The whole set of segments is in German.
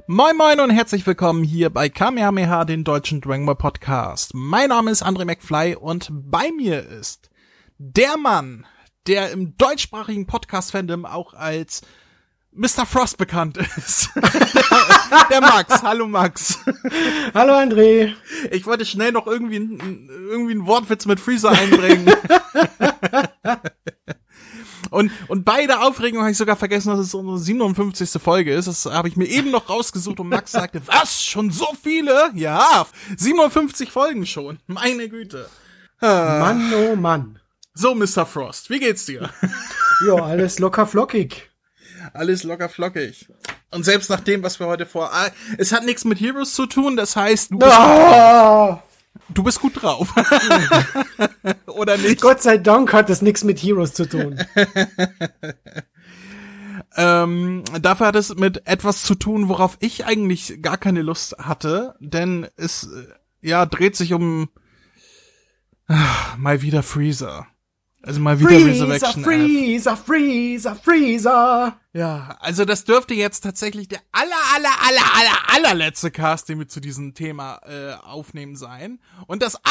Moin Moin und herzlich willkommen hier bei Kamehameha, den deutschen Dragon Ball Podcast. Mein Name ist André McFly und bei mir ist der Mann, der im deutschsprachigen Podcast-Fandom auch als Mr. Frost bekannt ist. Der Max. Hallo Max. Hallo André. Ich wollte schnell noch irgendwie einen Wortwitz mit Freezer einbringen. Und bei der Aufregung habe ich sogar vergessen, dass es unsere 57. Folge ist. Das habe ich mir eben noch rausgesucht und Max sagte, was, schon so viele? Ja, 57 Folgen schon. Meine Güte. Mann, oh Mann. So, Mr. Frost, wie geht's dir? Ja, alles locker flockig. Alles locker flockig. Und selbst nach dem, was wir heute es hat nichts mit Heroes zu tun, das heißt, du bist gut drauf. Oder nicht? Gott sei Dank hat das nichts mit Heroes zu tun. Dafür hat es mit etwas zu tun, worauf ich eigentlich gar keine Lust hatte, denn es dreht sich um mal wieder Freezer. Also mal wieder Resurrection Freezer. Ja, also das dürfte jetzt tatsächlich der allerletzte Cast, den wir zu diesem Thema aufnehmen sein. Und das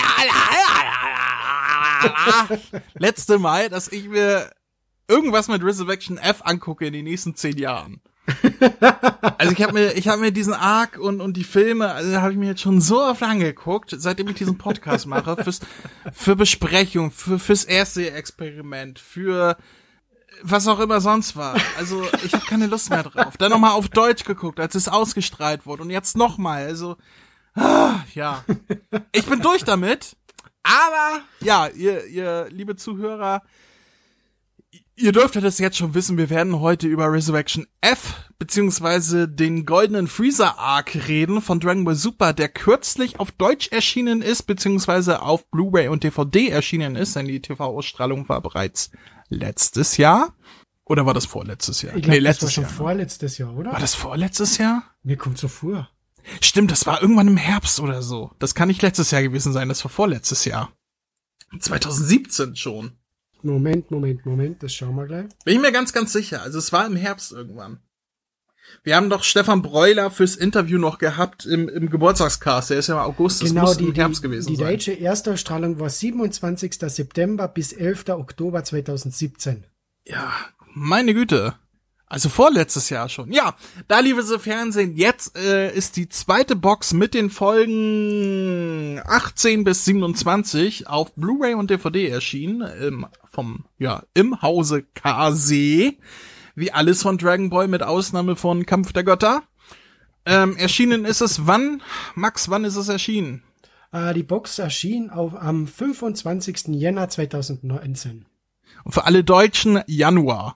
letzte Mal, dass ich mir irgendwas mit Resurrection F angucke in den nächsten 10 Jahren. Also ich hab mir diesen Arc und die Filme, also habe ich mir jetzt schon so oft angeguckt, seitdem ich diesen Podcast mache, für Besprechung, fürs erste Experiment, für was auch immer sonst war. Also ich habe keine Lust mehr drauf. Dann nochmal auf Deutsch geguckt, als es ausgestrahlt wurde und jetzt nochmal. Also ja, ich bin durch damit. Aber ja, ihr liebe Zuhörer, ihr dürftet es jetzt schon wissen, wir werden heute über Resurrection F beziehungsweise den goldenen Freezer Arc reden von Dragon Ball Super, der kürzlich auf Deutsch erschienen ist, beziehungsweise auf Blu-ray und DVD erschienen ist, denn die TV-Ausstrahlung war bereits letztes Jahr. Oder war das vorletztes Jahr? Ich glaube, das war letztes schon Jahr. vorletztes Jahr, oder? War das vorletztes Jahr? Mir kommt so vor. Stimmt, das war irgendwann im Herbst oder so. Das kann nicht letztes Jahr gewesen sein, das war vorletztes Jahr. 2017 schon. Moment, das schauen wir gleich. Bin ich mir ganz, ganz sicher. Also es war im Herbst irgendwann. Wir haben doch Stefan Breuler fürs Interview noch gehabt im Geburtstagscast. Der ist ja im August, das muss im Herbst gewesen sein. Die deutsche Erstausstrahlung war 27. September bis 11. Oktober 2017. Ja, meine Güte. Also vorletztes Jahr schon. Ja, da liebe Sie Fernsehen, jetzt ist die zweite Box mit den Folgen 18 bis 27 auf Blu-ray und DVD erschienen, im Hause Kase, wie alles von Dragon Ball mit Ausnahme von Kampf der Götter. Erschienen ist es wann? Max, wann ist es erschienen? Die Box erschien am 25. Jänner 2019. Und für alle Deutschen Januar.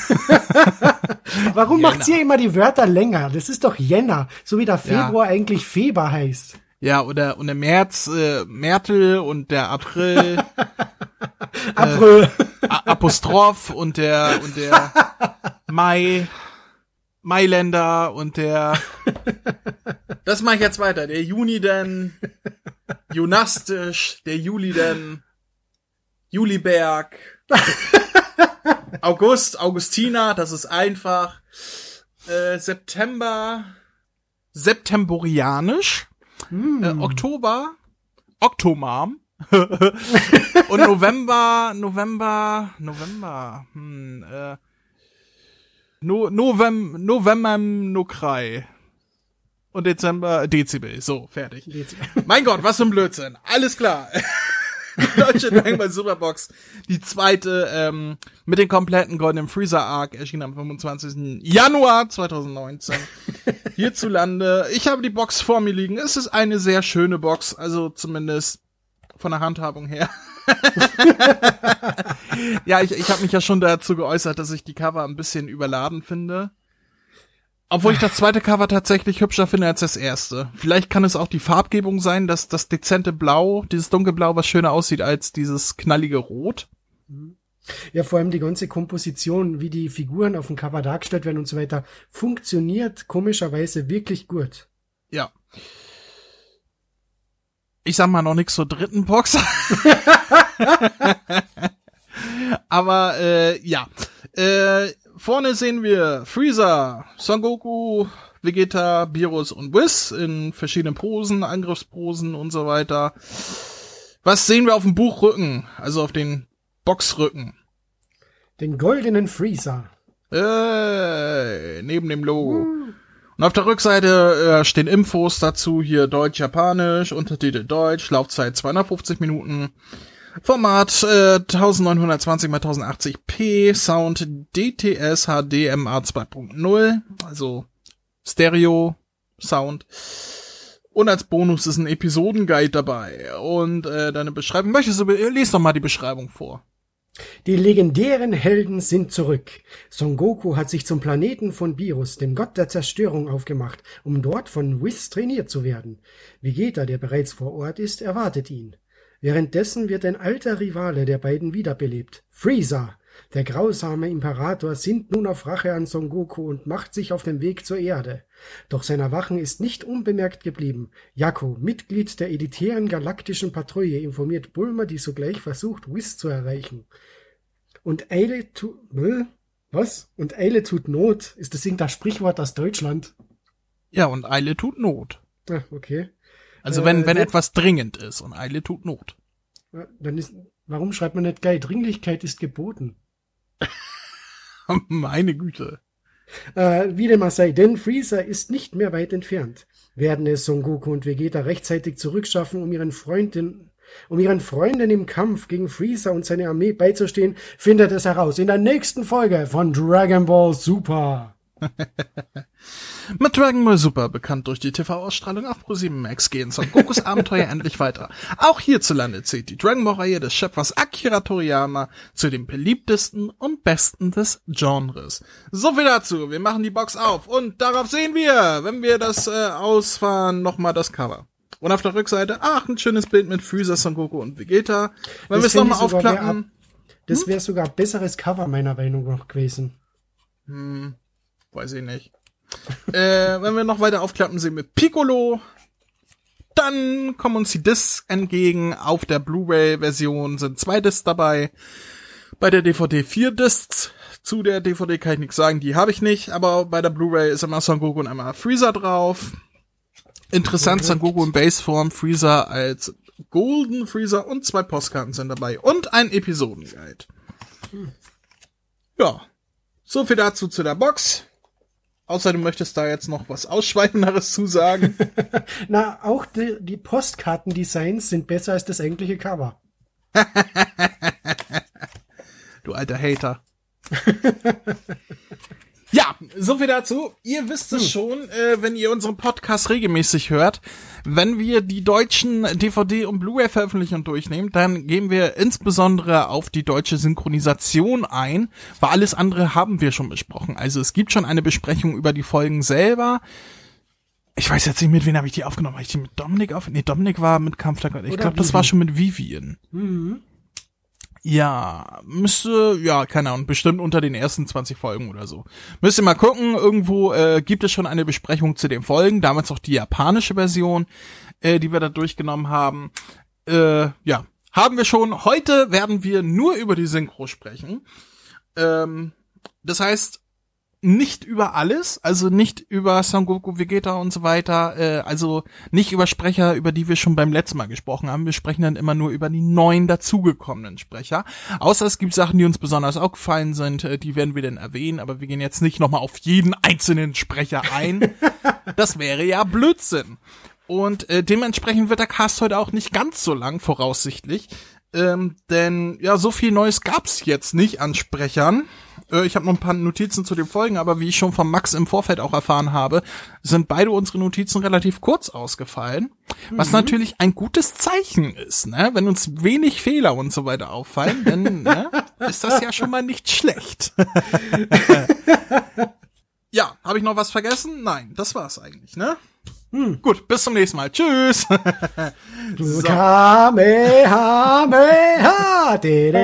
Warum macht ihr immer die Wörter länger? Das ist doch Jänner, so wie der Februar eigentlich Feber heißt. Ja, und der März Märtel und der April April Apostroph und der Mai Mailänder und der das mache ich jetzt weiter. Der Juni denn Junastisch, der Juli denn Juliberg. August, Augustina, das ist einfach. September, Septemborianisch. Oktober, Oktomam. Und November. November Nokrai. Und Dezember Dezibel. So, fertig. Mein Gott, was für ein Blödsinn. Alles klar. Deutsche Dragon Ball Superbox, die zweite mit den kompletten goldenen Freezer Arc, erschien am 25. Januar 2019 hierzulande. Ich habe die Box vor mir liegen. Es ist eine sehr schöne Box, also zumindest von der Handhabung her. Ja, ich habe mich ja schon dazu geäußert, dass ich die Cover ein bisschen überladen finde. Obwohl ich das zweite Cover tatsächlich hübscher finde als das erste. Vielleicht kann es auch die Farbgebung sein, dass das dezente Blau, dieses dunkelblau, was schöner aussieht als dieses knallige Rot. Ja, vor allem die ganze Komposition, wie die Figuren auf dem Cover dargestellt werden und so weiter, funktioniert komischerweise wirklich gut. Ja. Ich sag mal noch nix zur dritten Box. Aber ja. Vorne sehen wir Freezer, Son Goku, Vegeta, Beerus und Whis in verschiedenen Posen, Angriffsposen und so weiter. Was sehen wir auf dem Buchrücken, also auf den Boxrücken? Den goldenen Freezer. Neben dem Logo. Und auf der Rückseite stehen Infos dazu, hier Deutsch-Japanisch, Untertitel Deutsch, Laufzeit 250 Minuten, Format 1920 x 1080p, Sound DTS HDMA 2.0, also Stereo Sound. Und als Bonus ist ein Episodenguide dabei. Und deine Beschreibung, lies doch mal die Beschreibung vor. Die legendären Helden sind zurück. Son Goku hat sich zum Planeten von Beerus, dem Gott der Zerstörung, aufgemacht, um dort von Whis trainiert zu werden. Vegeta, der bereits vor Ort ist, erwartet ihn. Währenddessen wird ein alter Rivale der beiden wiederbelebt. Freezer, der grausame Imperator, sinnt nun auf Rache an Son Goku und macht sich auf den Weg zur Erde. Doch sein Erwachen ist nicht unbemerkt geblieben. Jaco, Mitglied der elitären galaktischen Patrouille, informiert Bulma, die sogleich versucht, Whis zu erreichen. Und Eile tut Not? Ist das irgendein Sprichwort aus Deutschland? Ja, und Eile tut Not. Ah, okay. Also wenn etwas dringend ist und Eile tut Not. Warum schreibt man nicht geil? Dringlichkeit ist geboten. Meine Güte. Wie dem auch sei, denn Freezer ist nicht mehr weit entfernt. Werden es Son Goku und Vegeta rechtzeitig zurückschaffen, um ihren Freunden im Kampf gegen Freezer und seine Armee beizustehen, findet es heraus in der nächsten Folge von Dragon Ball Super. Mit Dragon Ball Super, bekannt durch die TV-Ausstrahlung auf Pro7 Max, gehen Son Gokus Abenteuer endlich weiter. Auch hierzulande zählt die Dragon Ball-Reihe des Schöpfers Akira Toriyama zu den beliebtesten und besten des Genres. So viel dazu, wir machen die Box auf und darauf sehen wir, wenn wir das ausfahren, nochmal das Cover. Und auf der Rückseite, ein schönes Bild mit Freezer, Son Goku und Vegeta. Wenn wir es nochmal aufklappen. Das wäre sogar ein besseres Cover meiner Meinung nach gewesen. Weiß ich nicht. Wenn wir noch weiter aufklappen, sehen wir Piccolo. Dann kommen uns die Discs entgegen. Auf der Blu-ray-Version sind 2 Discs dabei. Bei der DVD 4 Discs. Zu der DVD kann ich nichts sagen, die habe ich nicht. Aber bei der Blu-ray ist einmal Son Goku und einmal Freezer drauf. Interessant, Son Goku in Baseform, Freezer als Golden Freezer und 2 Postkarten sind dabei. Und ein Episodenguide. Ja, so viel dazu zu der Box. Außer du möchtest da jetzt noch was Ausschweifenderes zu sagen. Na, auch die Postkartendesigns sind besser als das eigentliche Cover. Du alter Hater. Ja, so viel dazu. Ihr wisst es schon, wenn ihr unseren Podcast regelmäßig hört. Wenn wir die deutschen DVD- und Blu-ray-Veröffentlichungen durchnehmen, dann gehen wir insbesondere auf die deutsche Synchronisation ein, weil alles andere haben wir schon besprochen. Also es gibt schon eine Besprechung über die Folgen selber. Ich weiß jetzt nicht, mit wem habe ich die aufgenommen. Habe ich die mit Dominik aufgenommen? Nee, Dominik war mit Kampf der Götter. Ich glaube, das war schon mit Vivian. Mhm. Ja, keine Ahnung, bestimmt unter den ersten 20 Folgen oder so. Müsst ihr mal gucken, irgendwo gibt es schon eine Besprechung zu den Folgen, damals auch die japanische Version, die wir da durchgenommen haben. Haben wir schon. Heute werden wir nur über die Synchro sprechen. Das heißt, nicht über alles, also nicht über Son Goku, Vegeta und so weiter, also nicht über Sprecher, über die wir schon beim letzten Mal gesprochen haben. Wir sprechen dann immer nur über die neuen dazugekommenen Sprecher. Außer es gibt Sachen, die uns besonders aufgefallen sind, die werden wir dann erwähnen, aber wir gehen jetzt nicht nochmal auf jeden einzelnen Sprecher ein. Das wäre ja Blödsinn. Und dementsprechend wird der Cast heute auch nicht ganz so lang, voraussichtlich. Denn ja, so viel Neues gab's jetzt nicht an Sprechern. Ich habe noch ein paar Notizen zu den Folgen, aber wie ich schon von Max im Vorfeld auch erfahren habe, sind beide unsere Notizen relativ kurz ausgefallen. Was natürlich ein gutes Zeichen ist, ne? Wenn uns wenig Fehler und so weiter auffallen, dann ist das ja schon mal nicht schlecht. Ja, habe ich noch was vergessen? Nein, das war's eigentlich, ne? Gut, bis zum nächsten Mal. Tschüss. So. Kamehameha.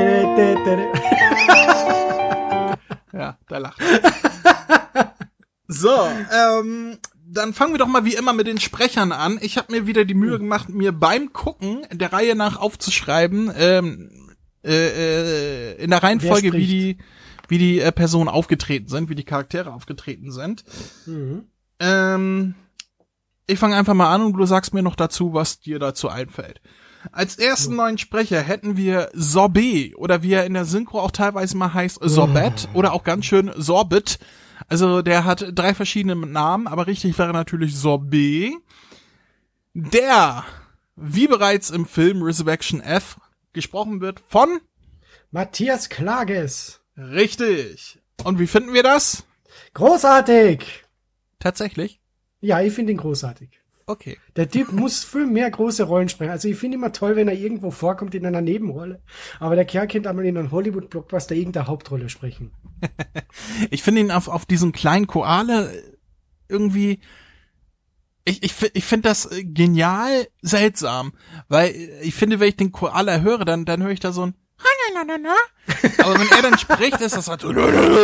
Ja, da lacht er. So, dann fangen wir doch mal wie immer mit den Sprechern an. Ich habe mir wieder die Mühe gemacht, mir beim Gucken der Reihe nach aufzuschreiben, in der Reihenfolge, wie die Personen aufgetreten sind, wie die Charaktere aufgetreten sind. Ich fange einfach mal an und du sagst mir noch dazu, was dir dazu einfällt. Als ersten neuen Sprecher hätten wir Sorbet oder wie er in der Synchro auch teilweise mal heißt, Sorbet oder auch ganz schön Sorbet. Also der hat 3 verschiedene Namen, aber richtig wäre natürlich Sorbet. Der, wie bereits im Film Resurrection F, gesprochen wird von Matthias Klages. Richtig. Und wie finden wir das? Großartig! Tatsächlich? Ja, ich finde ihn großartig. Okay. Der Typ muss viel mehr große Rollen sprechen. Also ich finde immer toll, wenn er irgendwo vorkommt in einer Nebenrolle. Aber der Kerl könnte einmal in einem Hollywood-Blockbuster irgendeine Hauptrolle sprechen. Ich finde ihn auf diesen kleinen Koala irgendwie, ich finde das genial seltsam. Weil ich finde, wenn ich den Koala höre, dann höre ich da so ein aber wenn er dann spricht, ist das halt so.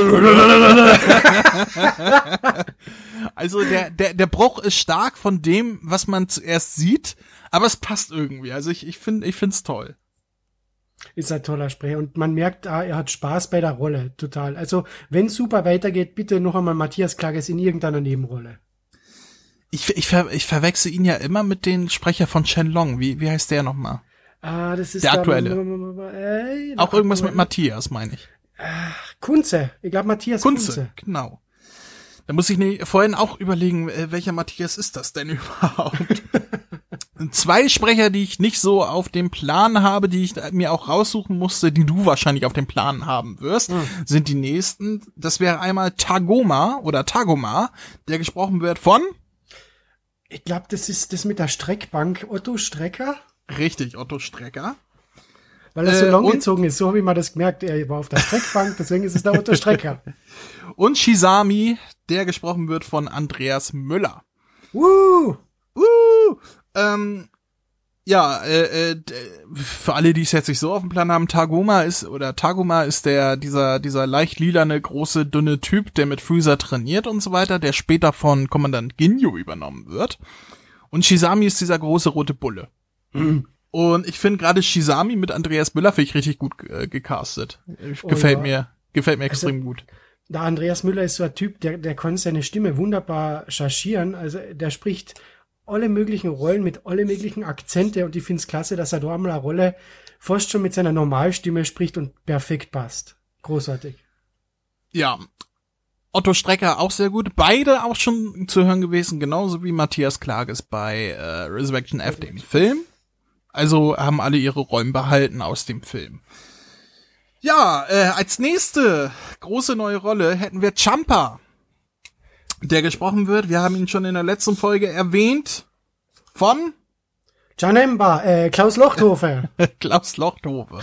Also der Bruch ist stark von dem, was man zuerst sieht, aber es passt irgendwie. Also ich find's toll. Ist ein toller Sprecher und man merkt, er hat Spaß bei der Rolle, total. Also wenn es super weitergeht, bitte noch einmal Matthias Klages in irgendeiner Nebenrolle. Ich verwechsel ihn ja immer mit den Sprecher von Shenlong. Wie heißt der nochmal? Das ist der aktuelle. Auch irgendwas mit Matthias, meine ich. Kunze. Ich glaube Matthias Kunze. Genau. Da muss ich vorhin auch überlegen, welcher Matthias ist das denn überhaupt? 2 Sprecher, die ich nicht so auf dem Plan habe, die ich mir auch raussuchen musste, die du wahrscheinlich auf dem Plan haben wirst, sind die nächsten. Das wäre einmal Tagoma, der gesprochen wird von? Ich glaube, das ist das mit der Streckbank. Otto Strecker? Richtig, Otto Strecker. Weil er so lang gezogen ist, so habe ich mal das gemerkt. Er war auf der Streckbank, deswegen ist es der Otto Strecker. Und Shisami, der gesprochen wird von Andreas Müller. Für alle, die es jetzt nicht so auf dem Plan haben, Tagoma ist dieser leicht lilane, große, dünne Typ, der mit Freezer trainiert und so weiter, der später von Kommandant Ginyu übernommen wird. Und Shisami ist dieser große rote Bulle. Und ich finde gerade Shisami mit Andreas Müller finde ich richtig gut gecastet. Gefällt mir extrem gut. Der Andreas Müller ist so ein Typ, der kann seine Stimme wunderbar chargieren. Also der spricht alle möglichen Rollen mit alle möglichen Akzente und ich finde es klasse, dass er da einmal eine Rolle fast schon mit seiner Normalstimme spricht und perfekt passt. Großartig. Ja. Otto Strecker auch sehr gut. Beide auch schon zu hören gewesen, genauso wie Matthias Klages bei Resurrection F, dem Film. Also haben alle ihre Rollen behalten aus dem Film. Ja, als nächste große neue Rolle hätten wir Champa, der gesprochen wird. Wir haben ihn schon in der letzten Folge erwähnt von Janemba, Klaus Lochthofer. Klaus Lochthofer.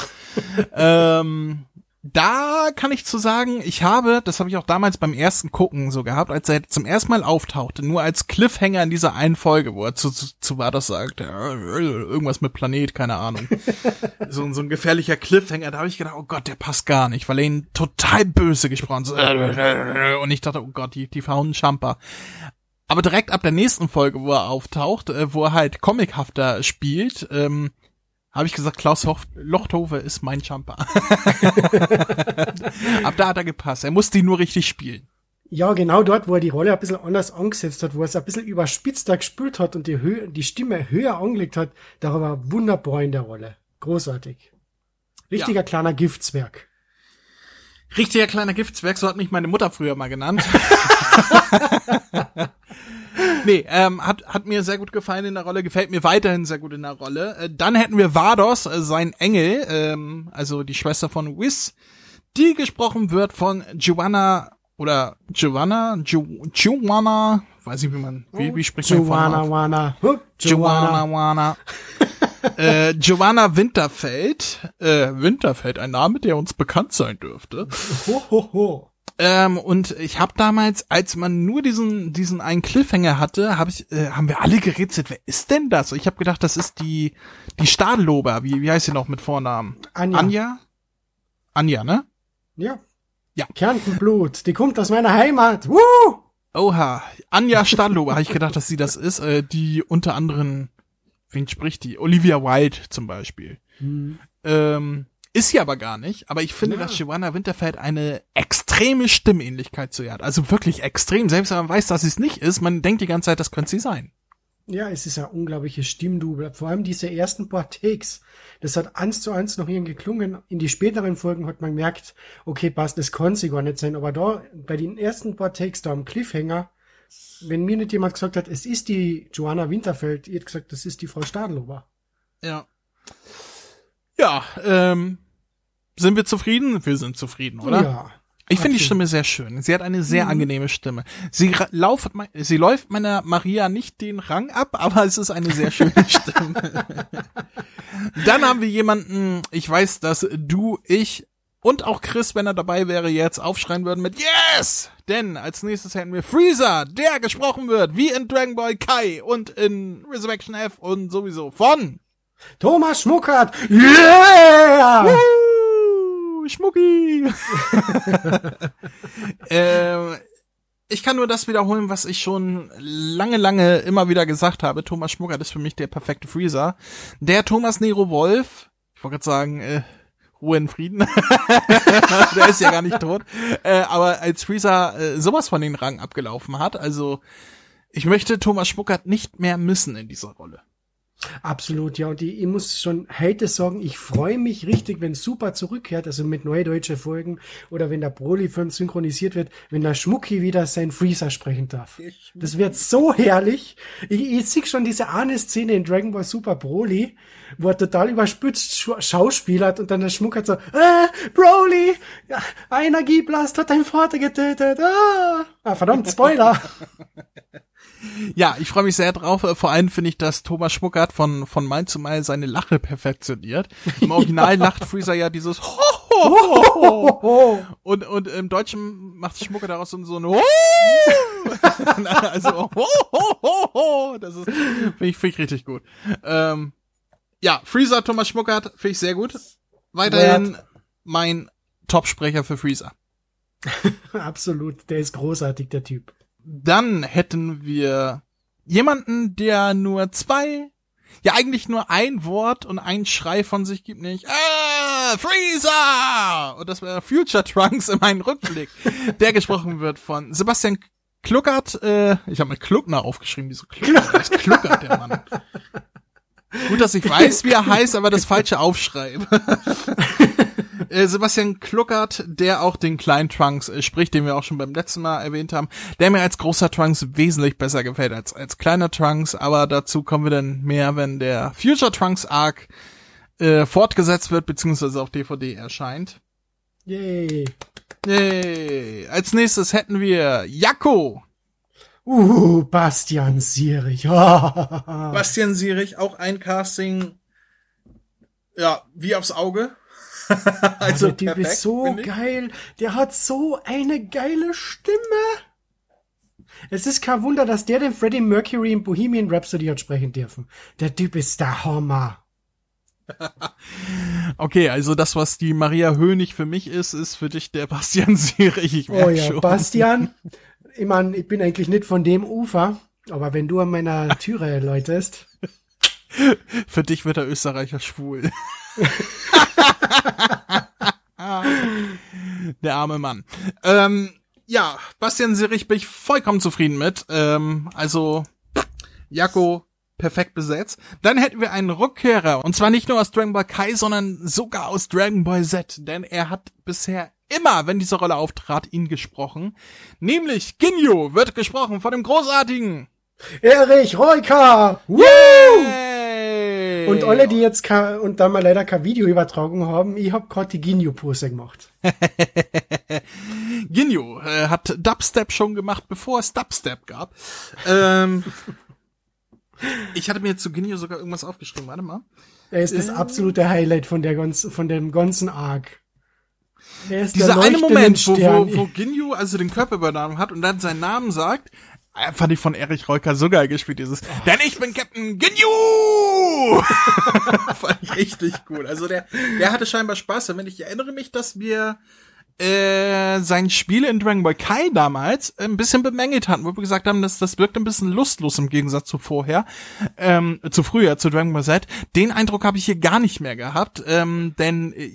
Da kann ich zu sagen, das habe ich auch damals beim ersten Gucken so gehabt, als er zum ersten Mal auftauchte, nur als Cliffhanger in dieser einen Folge, wo er zu Vados sagt, irgendwas mit Planet, keine Ahnung. so ein gefährlicher Cliffhanger, da habe ich gedacht, oh Gott, der passt gar nicht, weil er ihn total böse gesprochen hat. Und ich dachte, oh Gott, die verhauen Champa. Aber direkt ab der nächsten Folge, wo er auftaucht, wo er halt comichafter spielt, habe ich gesagt, Klaus Lochthofer ist mein Champa. Ab da hat er gepasst. Er musste ihn nur richtig spielen. Ja, genau dort, wo er die Rolle ein bisschen anders angesetzt hat, wo er es ein bisschen überspitzter gespielt hat und die Stimme höher angelegt hat, da war er wunderbar in der Rolle. Großartig. Richtiger kleiner Giftzwerg. Richtiger kleiner Giftzwerg, so hat mich meine Mutter früher mal genannt. Nee, hat mir sehr gut gefallen in der Rolle, gefällt mir weiterhin sehr gut in der Rolle. Dann hätten wir Vados, sein Engel, also die Schwester von Whis, die gesprochen wird von Joanna, weiß ich wie spricht man Joanna Joanna Winterfeld. Winterfeld, ein Name, der uns bekannt sein dürfte. Und ich habe damals, als man nur diesen einen Cliffhanger hatte, haben wir alle gerätselt, wer ist denn das? Und ich habe gedacht, das ist die Stadelober. Wie heißt sie noch mit Vornamen? Anja, ne? Ja. Ja. Kärntenblut, die kommt aus meiner Heimat. Woo! Oha, Anja Stadelober, habe ich gedacht, dass sie das ist, die unter anderem, wen spricht die? Olivia Wilde zum Beispiel. Ist sie aber gar nicht, aber ich finde, dass Joanna Winterfeld eine extreme Stimmähnlichkeit zu ihr hat. Also wirklich extrem, selbst wenn man weiß, dass sie es nicht ist, man denkt die ganze Zeit, das könnte sie sein. Ja, es ist ein unglaubliches Stimmdouble. Vor allem diese ersten paar Takes, das hat 1:1 noch irgendwie geklungen. In die späteren Folgen hat man gemerkt, okay, passt, das kann sie gar nicht sein. Aber da, bei den ersten paar Takes da am Cliffhanger, wenn mir nicht jemand gesagt hat, es ist die Joanna Winterfeld, ich hätte gesagt, das ist die Frau Stadlober. Ja. Ja, sind wir zufrieden? Wir sind zufrieden, oder? Ja. Ich finde die Stimme sehr schön. Sie hat eine sehr angenehme Stimme. Sie läuft meiner Maria nicht den Rang ab, aber es ist eine sehr schöne Stimme. Dann haben wir jemanden, ich weiß, dass du, ich und auch Chris, wenn er dabei wäre, jetzt aufschreien würden mit Yes! Denn als nächstes hätten wir Freezer, der gesprochen wird, wie in Dragon Ball Kai und in Resurrection F und sowieso von Thomas Schmuckert! Yeah! Schmucki! Ich kann nur das wiederholen, was ich schon lange immer wieder gesagt habe. Thomas Schmuckert ist für mich der perfekte Freezer. Der Thomas Nero Wolf, ich wollte gerade sagen, Ruhe in Frieden. Der ist ja gar nicht tot. Aber als Freezer sowas von den Rang abgelaufen hat, also ich möchte Thomas Schmuckert nicht mehr missen in dieser Rolle. Absolut, ja. Und ich muss schon heute sagen, ich freue mich richtig, wenn Super zurückkehrt, also mit neudeutsche Folgen oder wenn der Broly-Film synchronisiert wird, wenn der Schmucki wieder sein Freezer sprechen darf. Das wird so herrlich. Ich sehe schon diese eine Szene in Dragon Ball Super Broly, wo er total überspitzt schauspielert und dann der Schmuck hat so, Broly, ja, Energieblast hat dein Vater getötet. Verdammt, Spoiler. Ja, ich freue mich sehr drauf. Vor allem finde ich, dass Thomas Schmuckert von Mile zu Mile seine Lache perfektioniert. Im Original lacht Freezer ja dieses Ho, ho, ho, ho. Und im Deutschen macht Schmuckert daraus so ein Ho. Also ho, ho, ho, ho. Das ist, finde ich richtig gut. Ja, Freezer, Thomas Schmuckert, finde ich sehr gut. Weiterhin mein Top-Sprecher für Freezer. Absolut, der ist großartig, der Typ. Dann hätten wir jemanden, der nur eigentlich nur ein Wort und einen Schrei von sich gibt, nicht Freezer! Und das wäre Future Trunks in meinem Rückblick, der gesprochen wird von Sebastian Kluckert. Ich habe mir Kluckner aufgeschrieben, wieso Kluckert? Das ist Kluckert, der Mann. Gut, dass ich weiß, wie er heißt, aber das Falsche aufschreibe. Sebastian Kluckert, der auch den kleinen Trunks spricht, den wir auch schon beim letzten Mal erwähnt haben, der mir als großer Trunks wesentlich besser gefällt als kleiner Trunks, aber dazu kommen wir dann mehr, wenn der Future Trunks Arc fortgesetzt wird, beziehungsweise auf DVD erscheint. Yay. Als nächstes hätten wir Jakko. Bastian Sierich. Bastian Sierich, auch ein Casting, ja, wie aufs Auge. Also der Typ ist so geil. Der hat so eine geile Stimme. Es ist kein Wunder, dass der den Freddie Mercury in Bohemian Rhapsody hat sprechen dürfen. Der Typ ist der Hammer. Okay, also das, was die Maria Hönig für mich ist für dich der Bastian Sierich. Ich merke schon. Bastian, ich meine, ich bin eigentlich nicht von dem Ufer, aber wenn du an meiner Türe läutest. Für dich wird der Österreicher schwul. Der arme Mann. Ja, Bastian Sierich bin ich vollkommen zufrieden mit. Also, Jakko, perfekt besetzt. Dann hätten wir einen Rückkehrer. Und zwar nicht nur aus Dragon Ball Kai, sondern sogar aus Dragon Ball Z. Denn er hat bisher immer, wenn diese Rolle auftrat, ihn gesprochen. Nämlich Ginyu wird gesprochen von dem großartigen Erich Reuka! Yay! Und alle, die jetzt und da mal leider kein Video übertragen haben, ich hab gerade die Ginyu-Pose gemacht. Ginyu hat Dubstep schon gemacht, bevor es Dubstep gab. Ich hatte mir zu Ginyu sogar irgendwas aufgeschrieben. Warte mal. Er ist das absolute Highlight von dem ganzen Arc. Er ist dieser eine Moment, wo Ginyu also den Körper übernommen hat und dann seinen Namen sagt, fand ich von Erich Reuka so geil gespielt, denn ich bin Captain Ginyu! Fand ich richtig gut. Also der hatte scheinbar Spaß. Und ich erinnere mich, dass wir sein Spiel in Dragon Ball Kai damals ein bisschen bemängelt hatten, wo wir gesagt haben, dass das wirkt ein bisschen lustlos im Gegensatz zu früher, zu Dragon Ball Z. Den Eindruck habe ich hier gar nicht mehr gehabt, denn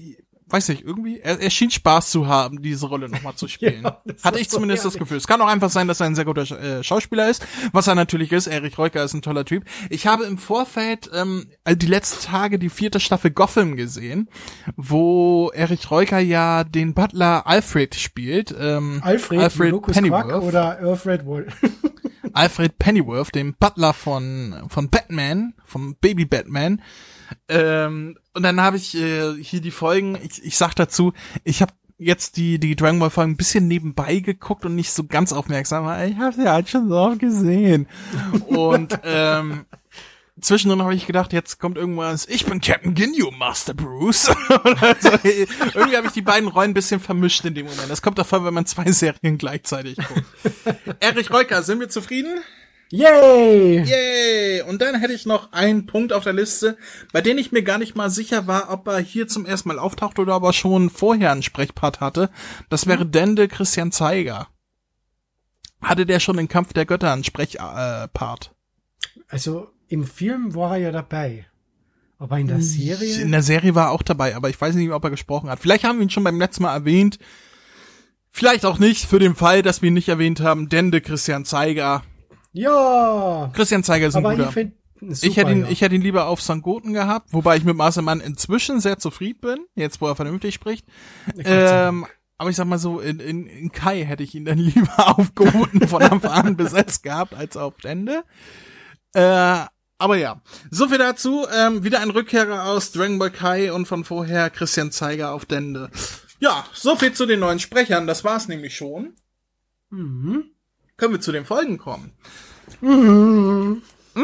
weiß nicht, irgendwie, er schien Spaß zu haben, diese Rolle nochmal zu spielen. Ja, hatte ich zumindest das Gefühl. Es kann auch einfach sein, dass er ein sehr guter Schauspieler ist, was er natürlich ist. Erich Reucker ist ein toller Typ. Ich habe im Vorfeld die letzten Tage die 4. Staffel Gotham gesehen, wo Erich Reucker ja den Butler Alfred spielt. Alfred Pennyworth oder Alfred Wohl. Alfred Pennyworth, dem Butler von Batman, vom Baby Batman. Und dann habe ich hier die Folgen, ich sag dazu, ich habe jetzt die Dragon Ball Folgen ein bisschen nebenbei geguckt und nicht so ganz aufmerksam, weil ich habe sie halt schon so oft gesehen. Und zwischendrin habe ich gedacht, jetzt kommt irgendwas, ich bin Captain Ginyu, Master Bruce. Also, irgendwie habe ich die beiden Rollen ein bisschen vermischt in dem Moment. Das kommt davon, wenn man 2 Serien gleichzeitig guckt. Erich Reucker, sind wir zufrieden? Yay! Yay! Und dann hätte ich noch einen Punkt auf der Liste, bei dem ich mir gar nicht mal sicher war, ob er hier zum ersten Mal auftaucht oder aber schon vorher einen Sprechpart hatte. Das wäre Dende Christian Zeiger. Hatte der schon in Kampf der Götter einen Sprechpart? Also im Film war er ja dabei. Aber in der Serie? In der Serie war er auch dabei, aber ich weiß nicht, ob er gesprochen hat. Vielleicht haben wir ihn schon beim letzten Mal erwähnt. Vielleicht auch nicht, für den Fall, dass wir ihn nicht erwähnt haben. Dende Christian Zeiger. Ja! Christian Zeiger ist ein guter. Ich hätte ihn lieber auf St. Goten gehabt, wobei ich mit Marcelmann inzwischen sehr zufrieden bin, jetzt wo er vernünftig spricht. Aber ich sag mal so, in Kai hätte ich ihn dann lieber auf Goten von Anfang an besetzt gehabt, als auf Dende. Aber ja, so viel dazu. Wieder ein Rückkehrer aus Dragon Ball Kai und von vorher Christian Zeiger auf Dende. Ja, so viel zu den neuen Sprechern, das war's nämlich schon. Mhm. Können wir zu den Folgen kommen? Mhm.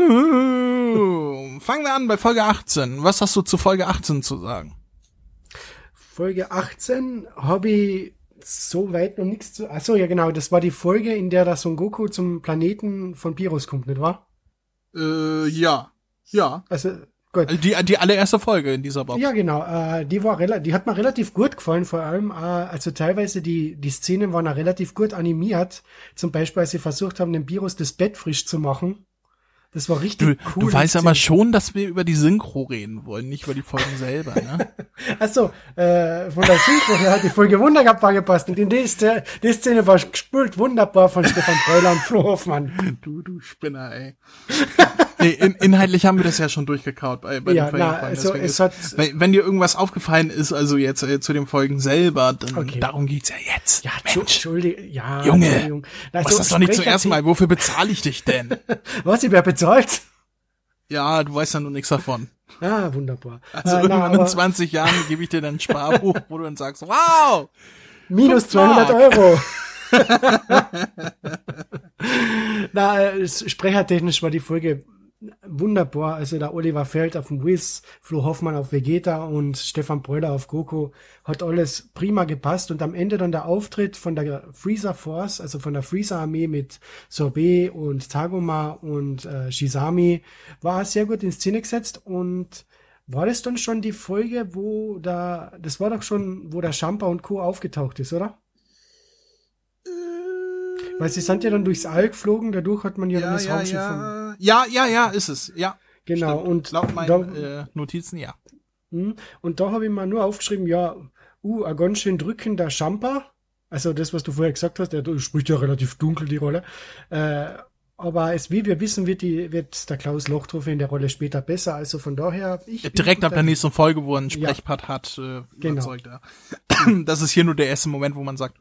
Fangen wir an bei Folge 18. Was hast du zu Folge 18 zu sagen? Folge 18 habe ich so weit noch nichts zu... Achso, ja genau, das war die Folge, in der der Son Goku zum Planeten von Piros kommt, nicht wahr? Ja. Also, gut. Die allererste Folge in dieser Box. Ja, genau. Die hat mir relativ gut gefallen, vor allem, also teilweise die Szenen waren auch relativ gut animiert. Zum Beispiel, als sie versucht haben, dem Piros das Bett frisch zu machen. Das war richtig cool. Du weißt aber schon, dass wir über die Synchro reden wollen, nicht über die Folgen selber, ne? Achso, von der Synchro her hat die Folge wunderbar gepasst. Und in die Szene war gespült wunderbar von Stefan Breuler und Flo Hoffmann. Du Spinner, ey. Nee, inhaltlich haben wir das ja schon durchgekaut bei den Folgen. Also es hat, wenn dir irgendwas aufgefallen ist, also jetzt zu den Folgen selber, dann okay. Darum geht's ja jetzt. Ja, Entschuldige, ja. Junge, was das doch nicht zum ersten Mal. Wofür bezahle ich dich denn? Was, wer bezahlt? Ja, du weißt ja nur nichts davon. Ah, wunderbar. Also irgendwann in 20 Jahren gebe ich dir dann ein Sparbuch, wo du dann sagst, wow! Minus 200 Euro. Sprechertechnisch war die Folge wunderbar. Also der Oliver Feld auf dem Whis, Flo Hoffmann auf Vegeta und Stefan Breuler auf Goku hat alles prima gepasst. Und am Ende dann der Auftritt von der Freezer Force, also von der Freezer Armee mit Sorbet und Tagoma und Shizami, war sehr gut in Szene gesetzt. Und war das dann schon die Folge, wo das war doch schon, wo der Champa und Co. aufgetaucht ist, oder? Weil sie sind ja dann durchs All geflogen, dadurch hat man ja dann das Raumschiff von... Ja, ist es, ja. Genau, stimmt. und laut meinen Notizen, ja. Und da habe ich mir nur aufgeschrieben, ja, ein ganz schön drückender Champa, also das, was du vorher gesagt hast, der spricht ja relativ dunkel, die Rolle, aber wie wir wissen, wird der Klaus Lochthofe in der Rolle später besser, also von daher... Direkt ab der nächsten Folge, wo er einen Sprechpart hat, überzeugt er. Das ist hier nur der erste Moment, wo man sagt,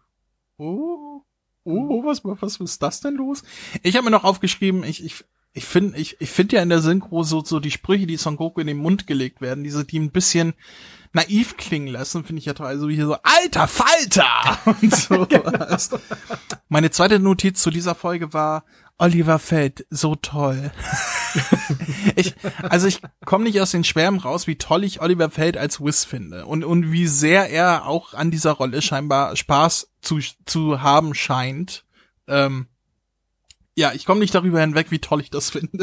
was ist das denn los? Ich habe mir noch aufgeschrieben, ich finde ja in der Synchro so die Sprüche, die Son Goku in den Mund gelegt werden, die ein bisschen naiv klingen lassen, finde ich ja toll. Also hier so, alter Falter! Und so. Genau. Meine zweite Notiz zu dieser Folge war, Oliver Feld, so toll. Ich komme nicht aus den Schwärmen raus, wie toll ich Oliver Feld als Whis finde. Und wie sehr er auch an dieser Rolle scheinbar Spaß zu haben scheint. Ja, ich komme nicht darüber hinweg, wie toll ich das finde.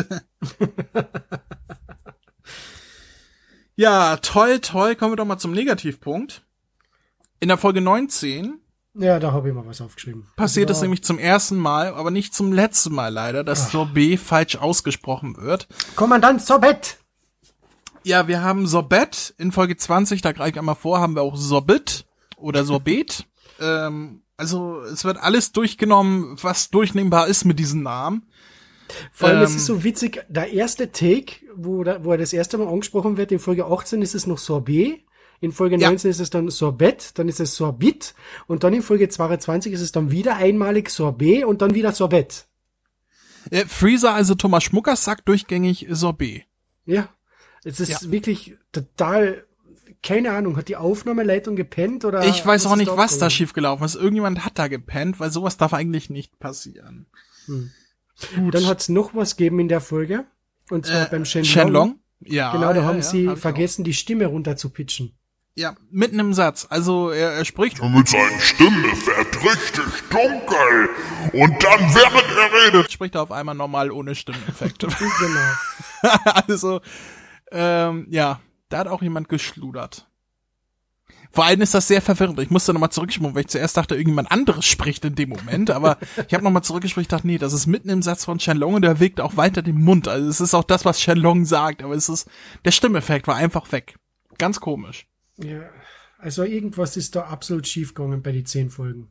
Ja, toll. Kommen wir doch mal zum Negativpunkt. In der Folge 19 ja, da habe ich mal was aufgeschrieben. Passiert es nämlich zum ersten Mal, aber nicht zum letzten Mal leider, dass Sorbet falsch ausgesprochen wird. Kommandant Sorbet! Ja, wir haben Sorbet in Folge 20, da greife ich einmal vor, haben wir auch Sorbet oder Sorbet. Also es wird alles durchgenommen, was durchnehmbar ist mit diesem Namen. Vor allem, es ist so witzig, der erste Take, wo er das erste Mal angesprochen wird, in Folge 18 ist es noch Sorbet, in Folge 19 ist es dann Sorbet, dann ist es Sorbit und dann in Folge 22 ist es dann wieder einmalig Sorbet und dann wieder Sorbet. Freezer, also Thomas Schmuckers, sagt durchgängig Sorbet. Ja, es ist wirklich total, keine Ahnung, hat die Aufnahmeleitung gepennt oder? Ich weiß auch nicht, was da schiefgelaufen ist. Irgendjemand hat da gepennt, weil sowas darf eigentlich nicht passieren. Dann hat's noch was gegeben in der Folge. Und zwar beim Shenlong. Ja. Genau, da haben sie vergessen, die Stimme runter zu pitchen. Ja, mitten im Satz. Also er spricht. Mit seinen Stimmeffekt richtig dunkel. Und dann, während er redet, spricht er auf einmal normal ohne Stimmeffekt. Genau. Also, ja, da hat auch jemand geschludert. Vor allem ist das sehr verwirrend. Ich musste nochmal zurückspringen, weil ich zuerst dachte, irgendjemand anderes spricht in dem Moment. Aber ich habe nochmal zurückgesprochen, ich dachte, nee, das ist mitten im Satz von Shenlong und der wirkt auch weiter den Mund. Also es ist auch das, was Shenlong sagt, aber es ist, der Stimmeffekt war einfach weg. Ganz komisch. Ja, also irgendwas ist da absolut schief gegangen bei den 10 Folgen.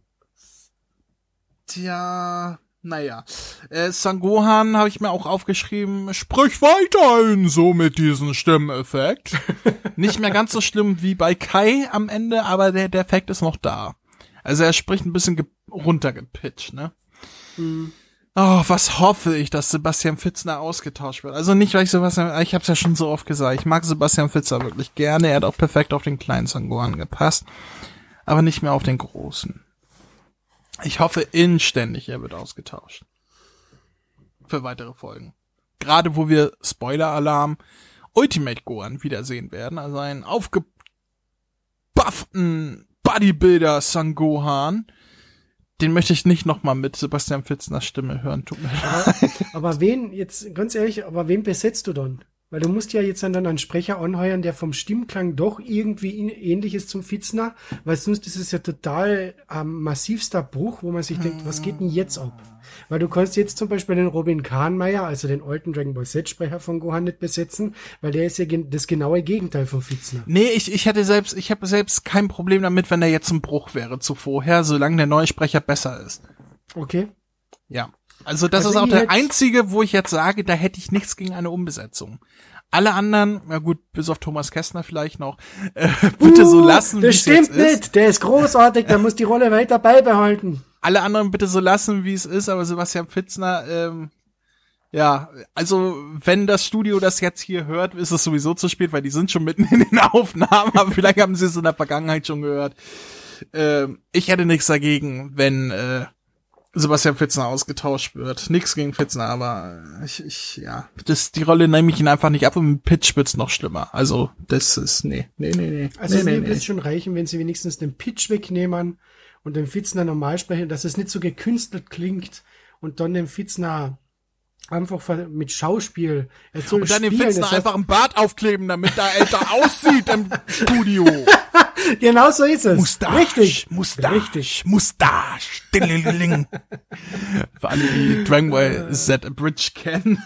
Tja, naja. Sangohan habe ich mir auch aufgeschrieben, sprich weiterhin so mit diesem Stimmeffekt. Nicht mehr ganz so schlimm wie bei Kai am Ende, aber der Effekt ist noch da. Also er spricht ein bisschen runtergepitcht, ne? Oh, was hoffe ich, dass Sebastian Fitzner ausgetauscht wird. Also nicht, weil ich ich hab's ja schon so oft gesagt, ich mag Sebastian Fitzner wirklich gerne, er hat auch perfekt auf den kleinen Sangohan gepasst, aber nicht mehr auf den großen. Ich hoffe inständig, er wird ausgetauscht. Für weitere Folgen. Gerade wo wir, Spoiler-Alarm, Ultimate Gohan wiedersehen werden. Also einen aufgebufften Bodybuilder Sangohan. Den möchte ich nicht nochmal mit Sebastian Fitzner Stimme hören. Tut mir leid. Aber wen, jetzt ganz ehrlich, wen besetzt du dann? Weil du musst ja jetzt dann einen Sprecher anheuern, der vom Stimmklang doch irgendwie ähnlich ist zum Fitzner, weil sonst ist es ja total massivster Bruch, wo man sich denkt, was geht denn jetzt ab? Weil du kannst jetzt zum Beispiel den Robin Kahnmeier, also den alten Dragon Ball Z-Sprecher von Gohan, nicht besetzen, weil der ist ja das genaue Gegenteil von Fitzner. Nee, ich habe selbst kein Problem damit, wenn der jetzt ein Bruch wäre zu vorher, solange der neue Sprecher besser ist. Okay. Ja. Also das ist auch der einzige, wo ich jetzt sage, da hätte ich nichts gegen eine Umbesetzung. Alle anderen, na gut, bis auf Thomas Kästner vielleicht noch, bitte so lassen, wie es jetzt ist. Das stimmt nicht, der ist großartig, der muss die Rolle weiter beibehalten. Alle anderen bitte so lassen, wie es ist, aber Sebastian Fitzner, ja, also wenn das Studio das jetzt hier hört, ist es sowieso zu spät, weil die sind schon mitten in den Aufnahmen, aber vielleicht haben sie es in der Vergangenheit schon gehört. Ich hätte nichts dagegen, wenn Sebastian Fitzner ausgetauscht wird. Nix gegen Fitzner, aber ja, die Rolle nehme ich ihn einfach nicht ab und mit Pitch wird's noch schlimmer. Also, das ist, nee. Also, mir würde es schon reichen, wenn sie wenigstens den Pitch wegnehmen und den Fitzner normal sprechen, dass es nicht so gekünstelt klingt und dann den Fitzner einfach mit Schauspiel. Und dann den Fitzner einfach im Bart aufkleben, damit er älter aussieht im Studio. Genau so ist es. Mustache. Richtig. Mustache. Ding. Für alle, die Dragon Ball Z Abridged kennen.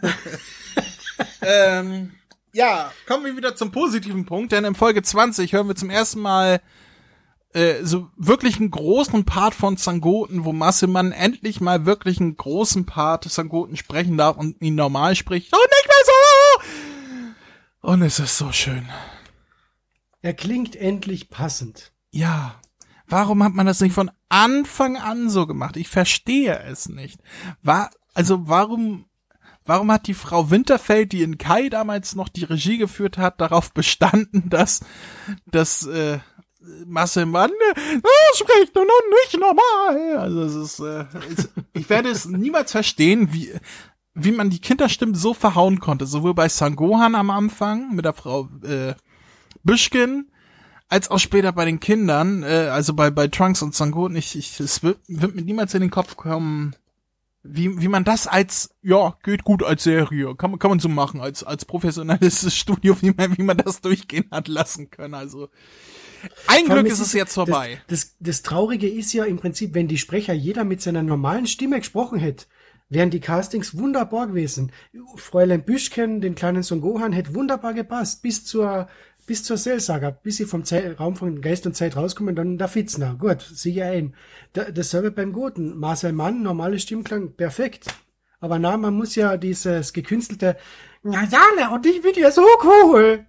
Ja, kommen wir wieder zum positiven Punkt, denn in Folge 20 hören wir zum ersten Mal so wirklich einen großen Part von Zangoten, wo Masseman endlich mal wirklich einen großen Part Zangoten sprechen darf und ihn normal spricht und nicht mehr so. Und es ist so schön. Er klingt endlich passend. Ja. Warum hat man das nicht von Anfang an so gemacht? Ich verstehe es nicht. Warum hat die Frau Winterfeld, die in Kai damals noch die Regie geführt hat, darauf bestanden, dass Masseman spricht nur noch nicht normal. Also es ist, ich werde es niemals verstehen, wie man die Kinderstimmen so verhauen konnte, sowohl bei Sangohan am Anfang mit der Frau Büschkin, als auch später bei den Kindern, also bei Trunks und Sangoten. Es wird mir niemals in den Kopf kommen, wie man das als, ja, geht gut als Serie, kann man so machen, als professionelles Studio, wie man das durchgehen hat lassen können, also. Ein Glück ist es jetzt vorbei. Das Traurige ist ja im Prinzip, wenn die Sprecher jeder mit seiner normalen Stimme gesprochen hätte, wären die Castings wunderbar gewesen. Fräulein Büschken, den kleinen Son Gohan, hätte wunderbar gepasst, bis zur Cell-Saga, bis sie vom Raum von Geist und Zeit rauskommen, dann der Fitzner. Gut, siehe ein. Dasselbe beim Goten. Marcel Mann, normale Stimmklang, perfekt. Aber na, man muss ja dieses gekünstelte, na ja, und ich bin ja so cool.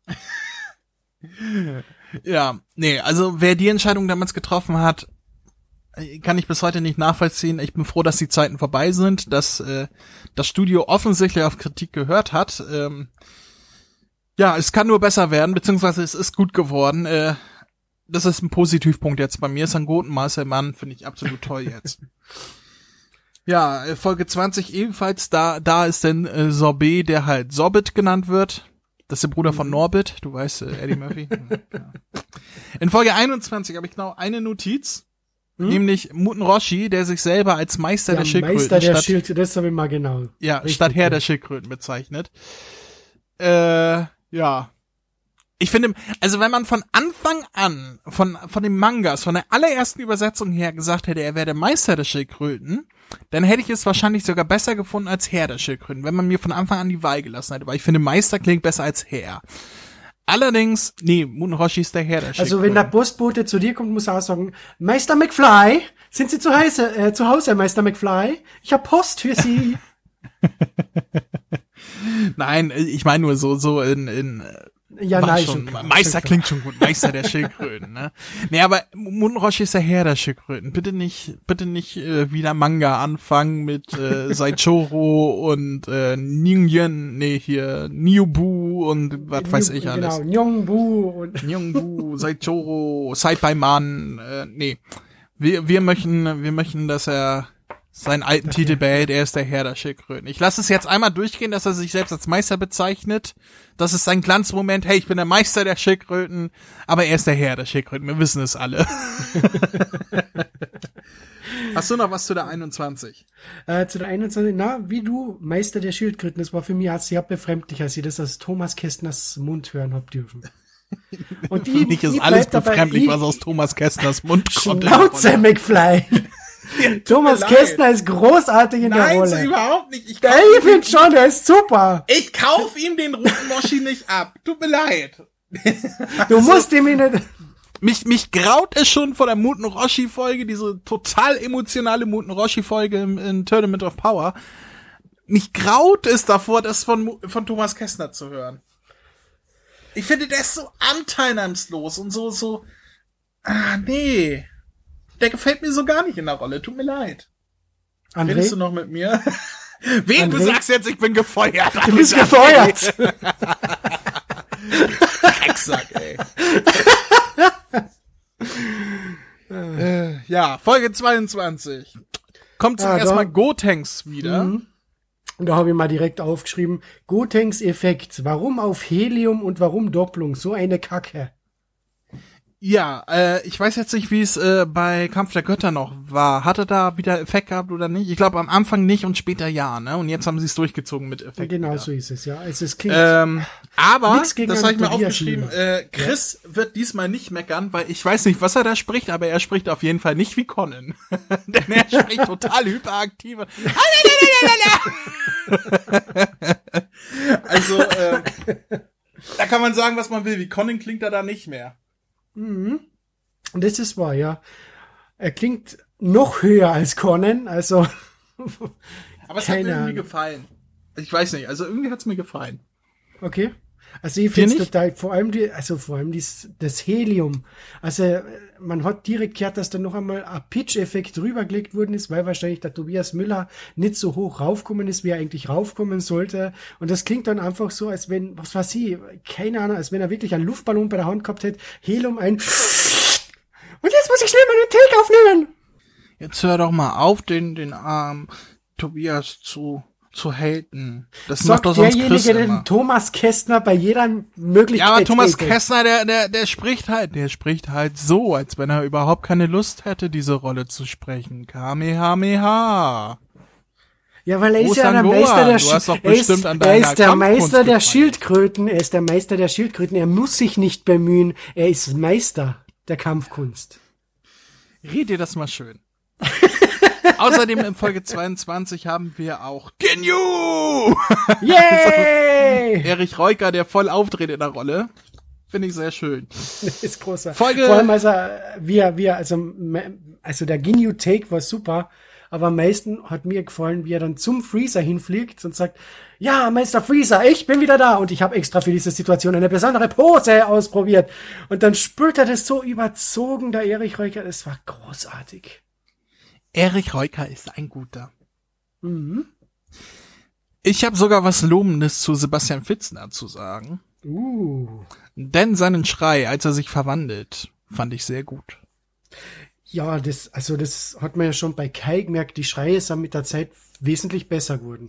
Ja, nee, also wer die Entscheidung damals getroffen hat, kann ich bis heute nicht nachvollziehen. Ich bin froh, dass die Zeiten vorbei sind, dass das Studio offensichtlich auf Kritik gehört hat. Ja, es kann nur besser werden, beziehungsweise es ist gut geworden. Das ist ein Positivpunkt jetzt bei mir. Son Goten, Marcel Mann, finde ich absolut toll jetzt. Ja, Folge 20 ebenfalls, da ist denn Sorbet, der halt Sorbit genannt wird. Das ist der Bruder von Norbit, du weißt, Eddie Murphy. Ja. In Folge 21 habe ich genau eine Notiz, nämlich Muten Roshi, der sich selber als Meister der Schildkröten Meister der Schildkröten, das habe ich mal genau. Ja, richtig, statt Herr der Schildkröten bezeichnet. Ja. Ich finde, also wenn man von Anfang an, von den Mangas, von der allerersten Übersetzung her gesagt hätte, er wäre der Meister der Schildkröten, dann hätte ich es wahrscheinlich sogar besser gefunden als Herr der Schildkröten, wenn man mir von Anfang an die Wahl gelassen hätte, weil ich finde, Meister klingt besser als Herr. Allerdings, nee, Muten Roshi ist der Herr der Schildkröten. Also wenn der Postbote zu dir kommt, muss er auch sagen, Meister McFly, sind Sie zu Hause, Meister McFly? Ich habe Post für Sie. Nein, ich meine nur so in ja, nein, schon. Meister klingt schon gut. Meister der Schildkröten, ne? Nee, aber Muten Roshi ist der Herr der Schildkröten. Bitte nicht wieder Manga anfangen mit Saichoro und Niubu und was weiß ich alles. Genau, Nyongbu, Saichoro, Side-by-Man, nee. Wir möchten, dass er seinen alten Titel behält, er ist der Herr der Schildkröten. Ich lasse es jetzt einmal durchgehen, dass er sich selbst als Meister bezeichnet. Das ist sein Glanzmoment. Hey, ich bin der Meister der Schildkröten, aber er ist der Herr der Schildkröten. Wir wissen es alle. Hast du noch was zu der 21? Zu der 21, wie du, Meister der Schildkröten. Das war für mich sehr befremdlich, als ich das aus Thomas Kästners Mund hören hab dürfen. Und für mich ist alles befremdlich, was aus Thomas Kästners Mund kommt. Schnauze, McFly! Thomas Kästner ist großartig in der Rolle. Nein, überhaupt nicht. Ich finde schon, der ist super. Ich kauf ihm den roten Moshi nicht ab. Tut mir leid. Du musst ihm nicht... Mich graut es schon vor der Muten Roshi Folge, diese total emotionale Muten Roshi Folge in Tournament of Power. Mich graut es davor, das von Thomas Kästner zu hören. Ich finde, der ist so anteilnahmslos und so, nee. Der gefällt mir so gar nicht in der Rolle. Tut mir leid. André? Redest du noch mit mir? Wen? Du sagst jetzt, ich bin gefeuert. Du bist gefeuert. Drecksack, ey. Ja, Folge 22. Kommt zum ersten Mal Gotenks wieder. Und da habe ich mal direkt aufgeschrieben, Gotenks Effekt. Warum auf Helium und warum Doppelung? So eine Kacke. Ja, ich weiß jetzt nicht, wie es bei Kampf der Götter noch war. Hat er da wieder Effekt gehabt oder nicht? Ich glaube am Anfang nicht und später ja, ne? Und jetzt haben sie es durchgezogen mit Effekt. Genau wieder. So ist es, ja. Also es klingt aber, das habe ich mir aufgeschrieben, Chris wird diesmal nicht meckern, weil ich weiß nicht, was er da spricht, aber er spricht auf jeden Fall nicht wie Conan. Denn er spricht total hyperaktiv. Also, da kann man sagen, was man will. Wie Conan klingt er da nicht mehr. Mhm. Und das ist wahr, ja. Er klingt noch höher als Conan, also. Aber es hat mir irgendwie gefallen. Ich weiß nicht, also irgendwie hat's mir gefallen. Okay. Also ich finde es total, vor allem das Helium. Also man hat direkt gehört, dass da noch einmal ein Pitch-Effekt rübergelegt worden ist, weil wahrscheinlich der Tobias Müller nicht so hoch raufkommen ist, wie er eigentlich raufkommen sollte. Und das klingt dann einfach so, als wenn, was weiß ich, keine Ahnung, als wenn er wirklich einen Luftballon bei der Hand gehabt hätte, Helium ein. Und jetzt muss ich schnell meinen Take aufnehmen. Jetzt hör doch mal auf, den armen Tobias zu haten. Das macht doch sonst Chris immer. Den Thomas Kästner bei jeder Möglichkeit. Ja, aber Thomas Kästner, der spricht halt so, als wenn er überhaupt keine Lust hätte, diese Rolle zu sprechen. Kamehameha. Ja, weil er ist ja der Meister der Schildkröten. Er ist der Meister der Schildkröten. Er muss sich nicht bemühen. Er ist Meister der Kampfkunst. Red dir das mal schön. Außerdem in Folge 22 haben wir auch Ginyu! Yay! Erich Reuker, der voll auftritt in der Rolle. Finde ich sehr schön. Ist großartig. Folge. Vor allem, also der Ginyu-Take war super, aber am meisten hat mir gefallen, wie er dann zum Freezer hinfliegt und sagt, ja, Meister Freezer, ich bin wieder da und ich habe extra für diese Situation eine besondere Pose ausprobiert. Und dann spült er das so überzogen, der Erich Reuker, das war großartig. Erich Reuker ist ein guter. Mhm. Ich habe sogar was Lobendes zu Sebastian Fitzner zu sagen. Denn seinen Schrei, als er sich verwandelt, fand ich sehr gut. Ja, das hat man ja schon bei Kai gemerkt, die Schreie sind mit der Zeit wesentlich besser geworden.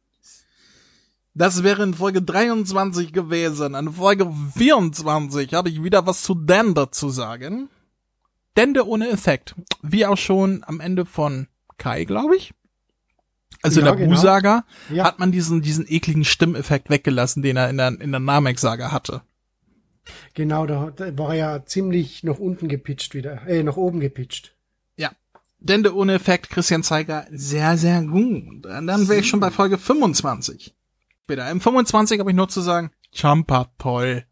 Das wäre in Folge 23 gewesen. In Folge 24 habe ich wieder was zu Dende zu sagen. Dende ohne Effekt. Wie auch schon am Ende von Kai, glaube ich. Also ja, in der Buhsaga ja. hat man diesen ekligen Stimmeffekt weggelassen, den er in der Namek-Saga hatte. Genau, da war er ja ziemlich nach unten gepitcht wieder, nach oben gepitcht. Ja. Dende ohne Effekt, Christian Zeiger, sehr, sehr gut. Dann wäre ich schon bei Folge 25. Später. Im 25 habe ich nur zu sagen, Champa, toll.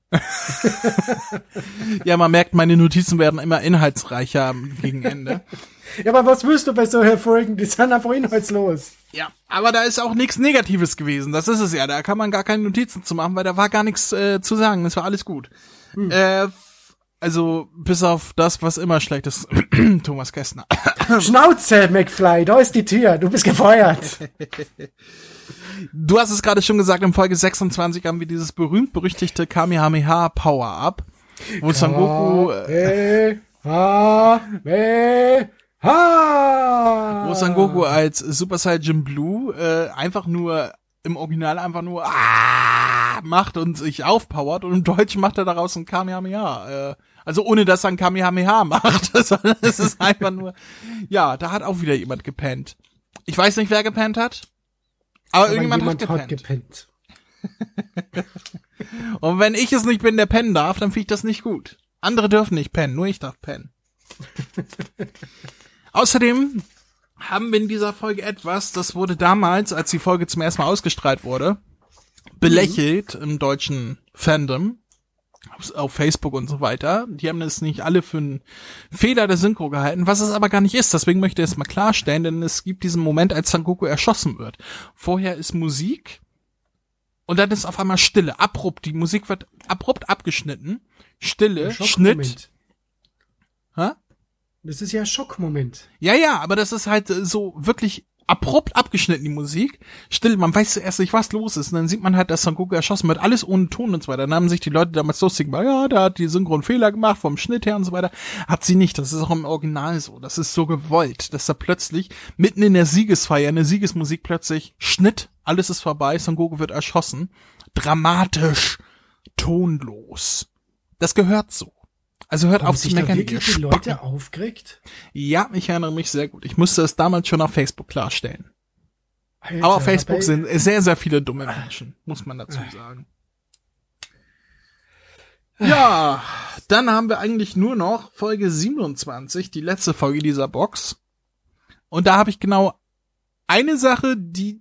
Ja, man merkt, meine Notizen werden immer inhaltsreicher gegen Ende. Ja, aber was willst du bei solchen Folgen? Die sind einfach inhaltslos. Ja, aber da ist auch nichts Negatives gewesen. Das ist es ja. Da kann man gar keine Notizen zu machen, weil da war gar nichts zu sagen. Es war alles gut. Also, bis auf das, was immer schlecht ist. Thomas Kästner. Schnauze, McFly, da ist die Tür. Du bist gefeuert. Du hast es gerade schon gesagt, in Folge 26 haben wir dieses berühmt-berüchtigte Kamehameha Power-Up, wo Son Goku wo Son Goku als Super Saiyan Blue einfach nur im Original macht und sich aufpowert und im Deutschen macht er daraus ein Kamehameha. Also ohne dass er ein Kamehameha macht, sondern es ist einfach nur, ja, da hat auch wieder jemand gepennt. Ich weiß nicht, wer gepennt hat. Aber irgendjemand hat gepennt. Und wenn ich es nicht bin, der pennen darf, dann finde ich das nicht gut. Andere dürfen nicht pennen, nur ich darf pennen. Außerdem haben wir in dieser Folge etwas, das wurde damals, als die Folge zum ersten Mal ausgestrahlt wurde, belächelt im deutschen Fandom, auf Facebook und so weiter. Die haben das nicht alle für einen Fehler der Synchro gehalten, was es aber gar nicht ist. Deswegen möchte ich das mal klarstellen, denn es gibt diesen Moment, als Son Goku erschossen wird. Vorher ist Musik und dann ist auf einmal Stille. Abrupt, die Musik wird abrupt abgeschnitten. Stille, Schnitt. Hä? Das ist ja ein Schockmoment. Ja, aber das ist halt so wirklich abrupt abgeschnitten, die Musik. Still, man weiß zuerst nicht, was los ist. Und dann sieht man halt, dass Son Goku erschossen wird. Alles ohne Ton und so weiter. Dann haben sich die Leute damals lustig gemacht. Ja, da hat die Synchron Fehler gemacht vom Schnitt her und so weiter. Hat sie nicht. Das ist auch im Original so. Das ist so gewollt, dass da plötzlich mitten in der Siegesfeier, eine Siegesmusik plötzlich Schnitt, alles ist vorbei, Son Goku wird erschossen. Dramatisch, tonlos. Das gehört so. Also hört auf zu meckern. Haben sich da wirklich die Leute aufgeregt? Ja, ich erinnere mich sehr gut. Ich musste es damals schon auf Facebook klarstellen. Alter, aber auf Facebook sind sehr, sehr viele dumme Menschen, muss man dazu sagen. Ja, dann haben wir eigentlich nur noch Folge 27, die letzte Folge dieser Box. Und da habe ich genau eine Sache, die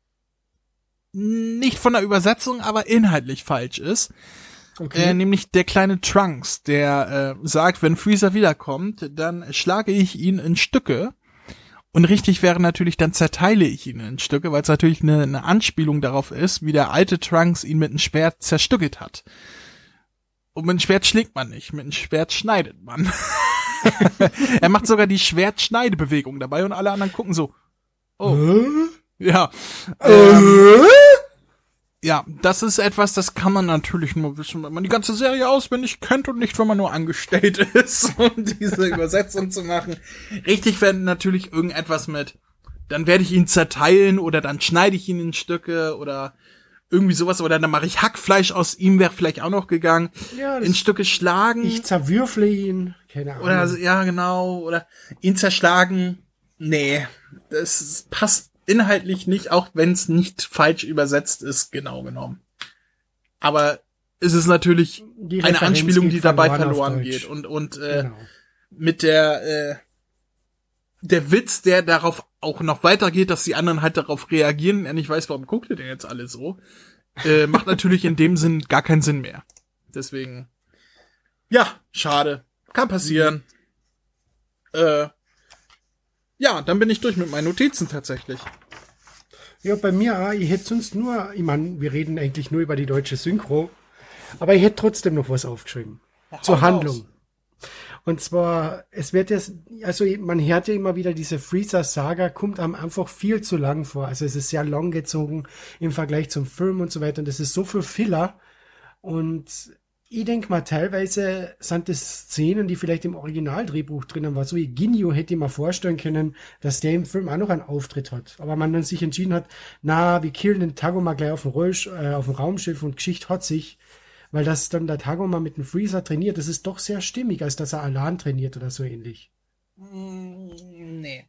nicht von der Übersetzung, aber inhaltlich falsch ist. Okay. Nämlich der kleine Trunks, der sagt, wenn Freezer wiederkommt, dann schlage ich ihn in Stücke. Und richtig wäre natürlich, dann zerteile ich ihn in Stücke, weil es natürlich eine Anspielung darauf ist, wie der alte Trunks ihn mit einem Schwert zerstückelt hat. Und mit einem Schwert schlägt man nicht, mit einem Schwert schneidet man. Er macht sogar die Schwertschneidebewegung dabei und alle anderen gucken so. Oh. Ja. Ja, das ist etwas, das kann man natürlich nur wissen, wenn man die ganze Serie auswendig kennt und nicht, wenn man nur angestellt ist, um diese Übersetzung zu machen. Richtig wäre natürlich irgendetwas mit, dann werde ich ihn zerteilen oder dann schneide ich ihn in Stücke oder irgendwie sowas oder dann mache ich Hackfleisch aus ihm, wäre vielleicht auch noch gegangen. Ja, in Stücke schlagen. Ich zerwürfle ihn. Keine Ahnung. Oder, ja, genau. Oder ihn zerschlagen. Nee, das passt inhaltlich nicht, auch wenn es nicht falsch übersetzt ist, genau genommen. Aber es ist natürlich eine Anspielung, die dabei verloren geht. Und genau. Mit der der Witz, der darauf auch noch weitergeht, dass die anderen halt darauf reagieren, er nicht weiß, warum guckt ihr denn jetzt alle so, macht natürlich in dem Sinn gar keinen Sinn mehr. Deswegen, ja, schade. Kann passieren. Ja, dann bin ich durch mit meinen Notizen tatsächlich. Ja, bei mir auch. Ich hätte sonst nur, ich meine, wir reden eigentlich nur über die deutsche Synchro, aber ich hätte trotzdem noch was aufgeschrieben. Ja, zur Handlung. raus. Und zwar, es wird jetzt, also man hört ja immer wieder, diese Freezer-Saga kommt einem einfach viel zu lang vor. Also es ist sehr lang gezogen im Vergleich zum Film und so weiter. Und es ist so viel Filler. Und ich denke mal, teilweise sind das Szenen, die vielleicht im Originaldrehbuch drinnen war. So wie Ginyu hätte ich mir vorstellen können, dass der im Film auch noch einen Auftritt hat. Aber man dann sich entschieden hat, na, wir killen den Tagoma gleich auf dem Raumschiff und Geschichte hat sich. Weil das dann der Tagoma mit dem Freezer trainiert, das ist doch sehr stimmig, als dass er Alan trainiert oder so ähnlich. Nee.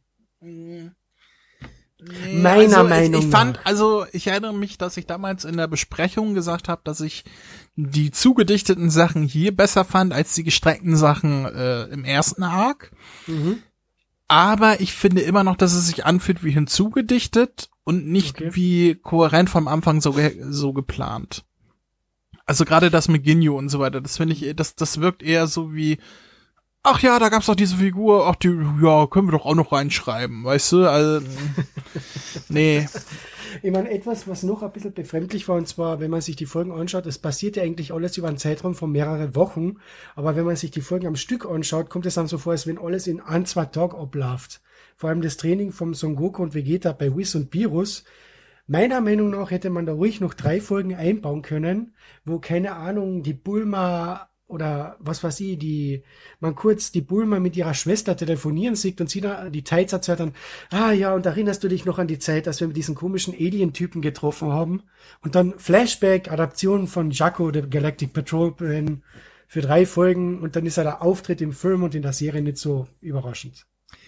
Meiner Meinung ich fand, nach. also ich erinnere mich, dass ich damals in der Besprechung gesagt habe, dass ich die zugedichteten Sachen hier besser fand als die gestreckten Sachen im ersten Arc. Mhm. Aber ich finde immer noch, dass es sich anfühlt wie hinzugedichtet und nicht wie kohärent vom Anfang so geplant. Also gerade das mit Ginyu und so weiter, das finde ich, das wirkt eher so wie, ach ja, da gab's doch diese Figur, ach die, ja, können wir doch auch noch reinschreiben, weißt du? Also, nee. Ich meine, etwas, was noch ein bisschen befremdlich war, und zwar, wenn man sich die Folgen anschaut, es passiert ja eigentlich alles über einen Zeitraum von mehreren Wochen, aber wenn man sich die Folgen am Stück anschaut, kommt es dann so vor, als wenn alles in 1-2 Tagen abläuft. Vor allem das Training vom Son Goku und Vegeta bei Whis und Beerus. Meiner Meinung nach hätte man da ruhig noch 3 Folgen einbauen können, wo, keine Ahnung, die Bulma oder was weiß ich, man kurz die Bulma mit ihrer Schwester telefonieren sieht und sie dann die Zeit erzählt dann, ah ja, und erinnerst du dich noch an die Zeit, als wir mit diesen komischen Alien-Typen getroffen haben? Und dann Flashback, Adaption von Jaco, der Galactic Patrolman, für 3 Folgen und dann ist der Auftritt im Film und in der Serie nicht so überraschend.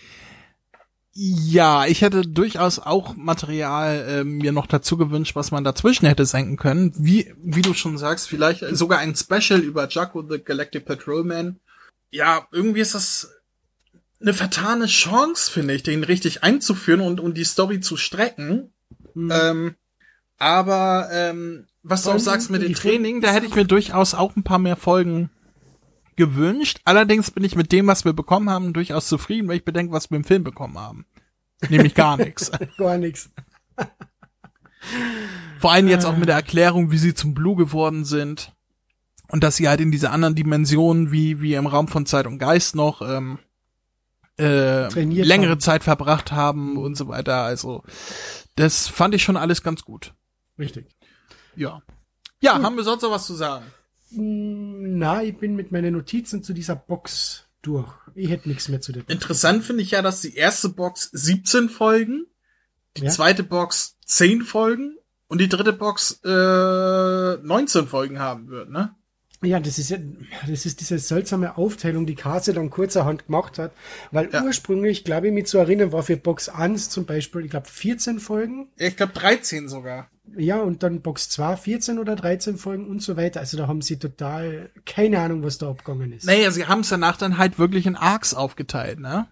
Ja, ich hätte durchaus auch Material mir noch dazu gewünscht, was man dazwischen hätte senken können. Wie du schon sagst, vielleicht sogar ein Special über Jaco, the Galactic Patrolman. Ja, irgendwie ist das eine vertane Chance, finde ich, den richtig einzuführen und die Story zu strecken. Mhm. Aber was du auch sagst mit dem Training, da hätte ich mir durchaus auch ein paar mehr Folgen gewünscht. Allerdings bin ich mit dem, was wir bekommen haben, durchaus zufrieden, weil ich bedenke, was wir im Film bekommen haben. Nämlich gar nichts. Gar nichts. Vor allem jetzt auch mit der Erklärung, wie sie zum Blue geworden sind. Und dass sie halt in diese anderen Dimensionen, wie im Raum von Zeit und Geist noch längere Zeit verbracht haben und so weiter. Also das fand ich schon alles ganz gut. Richtig. Ja. Ja, haben wir sonst noch was zu sagen? Na, ich bin mit meinen Notizen zu dieser Box durch. Ich hätte nichts mehr zu der Box. Interessant finde ich ja, dass die erste Box 17 Folgen, die zweite Box 10 Folgen und die dritte Box 19 Folgen haben wird, ne? Ja, das ist diese seltsame Aufteilung, die Kase dann kurzerhand gemacht hat, weil ursprünglich, glaube ich, mich zu erinnern, war für Box 1 zum Beispiel, ich glaube, 14 Folgen. Ich glaube 13 sogar. Ja, und dann Box 2 14 oder 13 Folgen und so weiter. Also da haben sie total keine Ahnung, was da abgegangen ist. Naja, sie haben es danach dann halt wirklich in Arcs aufgeteilt, ne?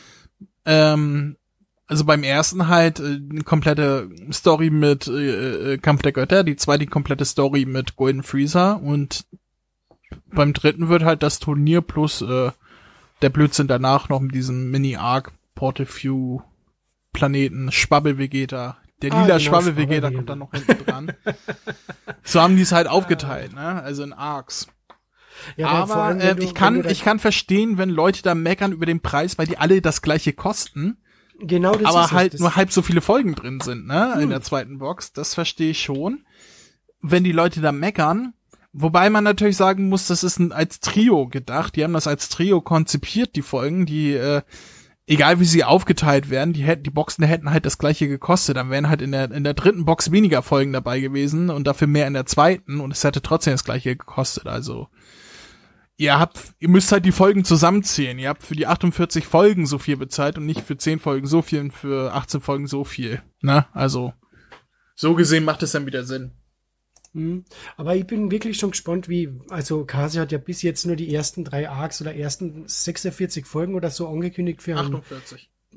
Also beim ersten halt eine komplette Story mit Kampf der Götter, die zweite die komplette Story mit Golden Freezer und beim dritten wird halt das Turnier plus der Blödsinn danach noch mit diesem Mini-Arc Portefeu Planeten Schwabbel-Vegeta. Der lila Schwabbel-Vegeta kommt dann noch hinten dran. So haben die es halt aufgeteilt, ne? Also in Arcs. Ja, aber allem, ich kann verstehen, wenn Leute da meckern über den Preis, weil die alle das gleiche kosten. Genau das aber ist halt das nur halb so viele Folgen drin sind, ne? In der zweiten Box. Das verstehe ich schon. Wenn die Leute da meckern, wobei man natürlich sagen muss, das ist als Trio gedacht. Die haben das als Trio konzipiert, die Folgen, die egal wie sie aufgeteilt werden, die Boxen hätten halt das gleiche gekostet. Dann wären halt in der dritten Box weniger Folgen dabei gewesen und dafür mehr in der zweiten und es hätte trotzdem das gleiche gekostet. Also ihr müsst halt die Folgen zusammenzählen. Ihr habt für die 48 Folgen so viel bezahlt und nicht für 10 Folgen so viel und für 18 Folgen so viel. Ne? Also so gesehen macht es dann wieder Sinn. Aber ich bin wirklich schon gespannt, also Kasi hat ja bis jetzt nur die ersten 3 Arcs oder ersten 46 Folgen oder so angekündigt für 48.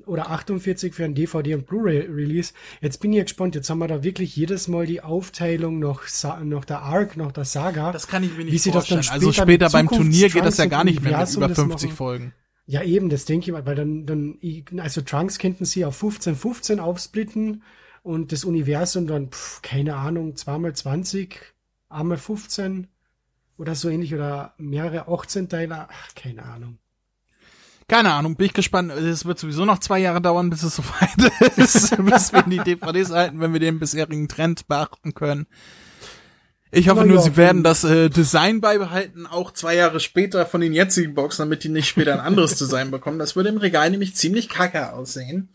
oder 48 für ein DVD- und Blu-ray-Release. Jetzt bin ich gespannt. Jetzt haben wir da wirklich jedes Mal die Aufteilung noch der Arc, noch der Saga. Das kann ich mir Wie nicht sie das dann vorstellen. Also später beim Turnier geht das ja gar nicht mehr mit Universum über das 50 machen. Folgen. Ja, eben, das denke ich mal, weil also Trunks könnten sie auf 15 aufsplitten und das Universum dann, keine Ahnung, 2x20, einmal 15 oder so ähnlich oder mehrere 18 Teile, keine Ahnung. Keine Ahnung, bin ich gespannt. Es wird sowieso noch 2 Jahre dauern, bis es soweit ist, bis wir die DVDs halten, wenn wir den bisherigen Trend beachten können. Ich hoffe nur, sie werden das Design beibehalten, auch 2 Jahre später von den jetzigen Boxen, damit die nicht später ein anderes Design bekommen. Das würde im Regal nämlich ziemlich kacke aussehen.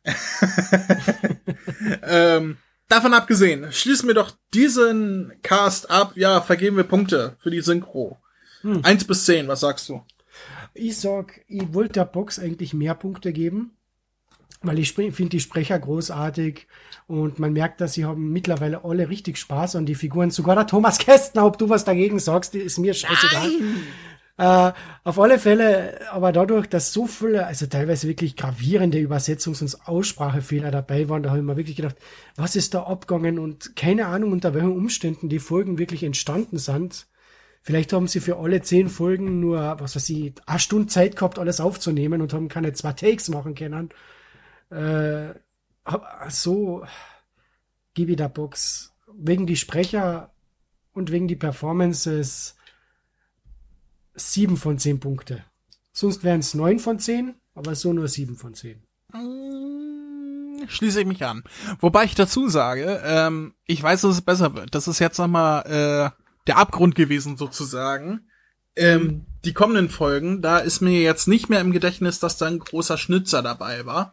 Davon abgesehen, schließen wir doch diesen Cast ab. Ja, vergeben wir Punkte für die Synchro. 1 bis 10, was sagst du? Ich wollte der Box eigentlich mehr Punkte geben, weil ich finde die Sprecher großartig und man merkt, dass sie haben mittlerweile alle richtig Spaß an die Figuren. Sogar der Thomas Kästner, ob du was dagegen sagst, ist mir scheißegal. Auf alle Fälle, aber dadurch, dass so viele, also teilweise wirklich gravierende Übersetzungs- und Aussprachefehler dabei waren, da habe ich mir wirklich gedacht, was ist da abgegangen und keine Ahnung, unter welchen Umständen die Folgen wirklich entstanden sind. Vielleicht haben sie für alle 10 Folgen nur, was weiß ich, 1 Stunde Zeit gehabt, alles aufzunehmen und haben keine 2 Takes machen können. So gebe ich der Box wegen die Sprecher und wegen die Performances 7 von 10 Punkte. Sonst wären es 9 von 10, aber so nur 7 von 10. Schließe ich mich an. Wobei ich dazu sage, ich weiß, dass es besser wird. Das ist jetzt nochmal der Abgrund gewesen sozusagen. Die kommenden Folgen, da ist mir jetzt nicht mehr im Gedächtnis, dass da ein großer Schnitzer dabei war.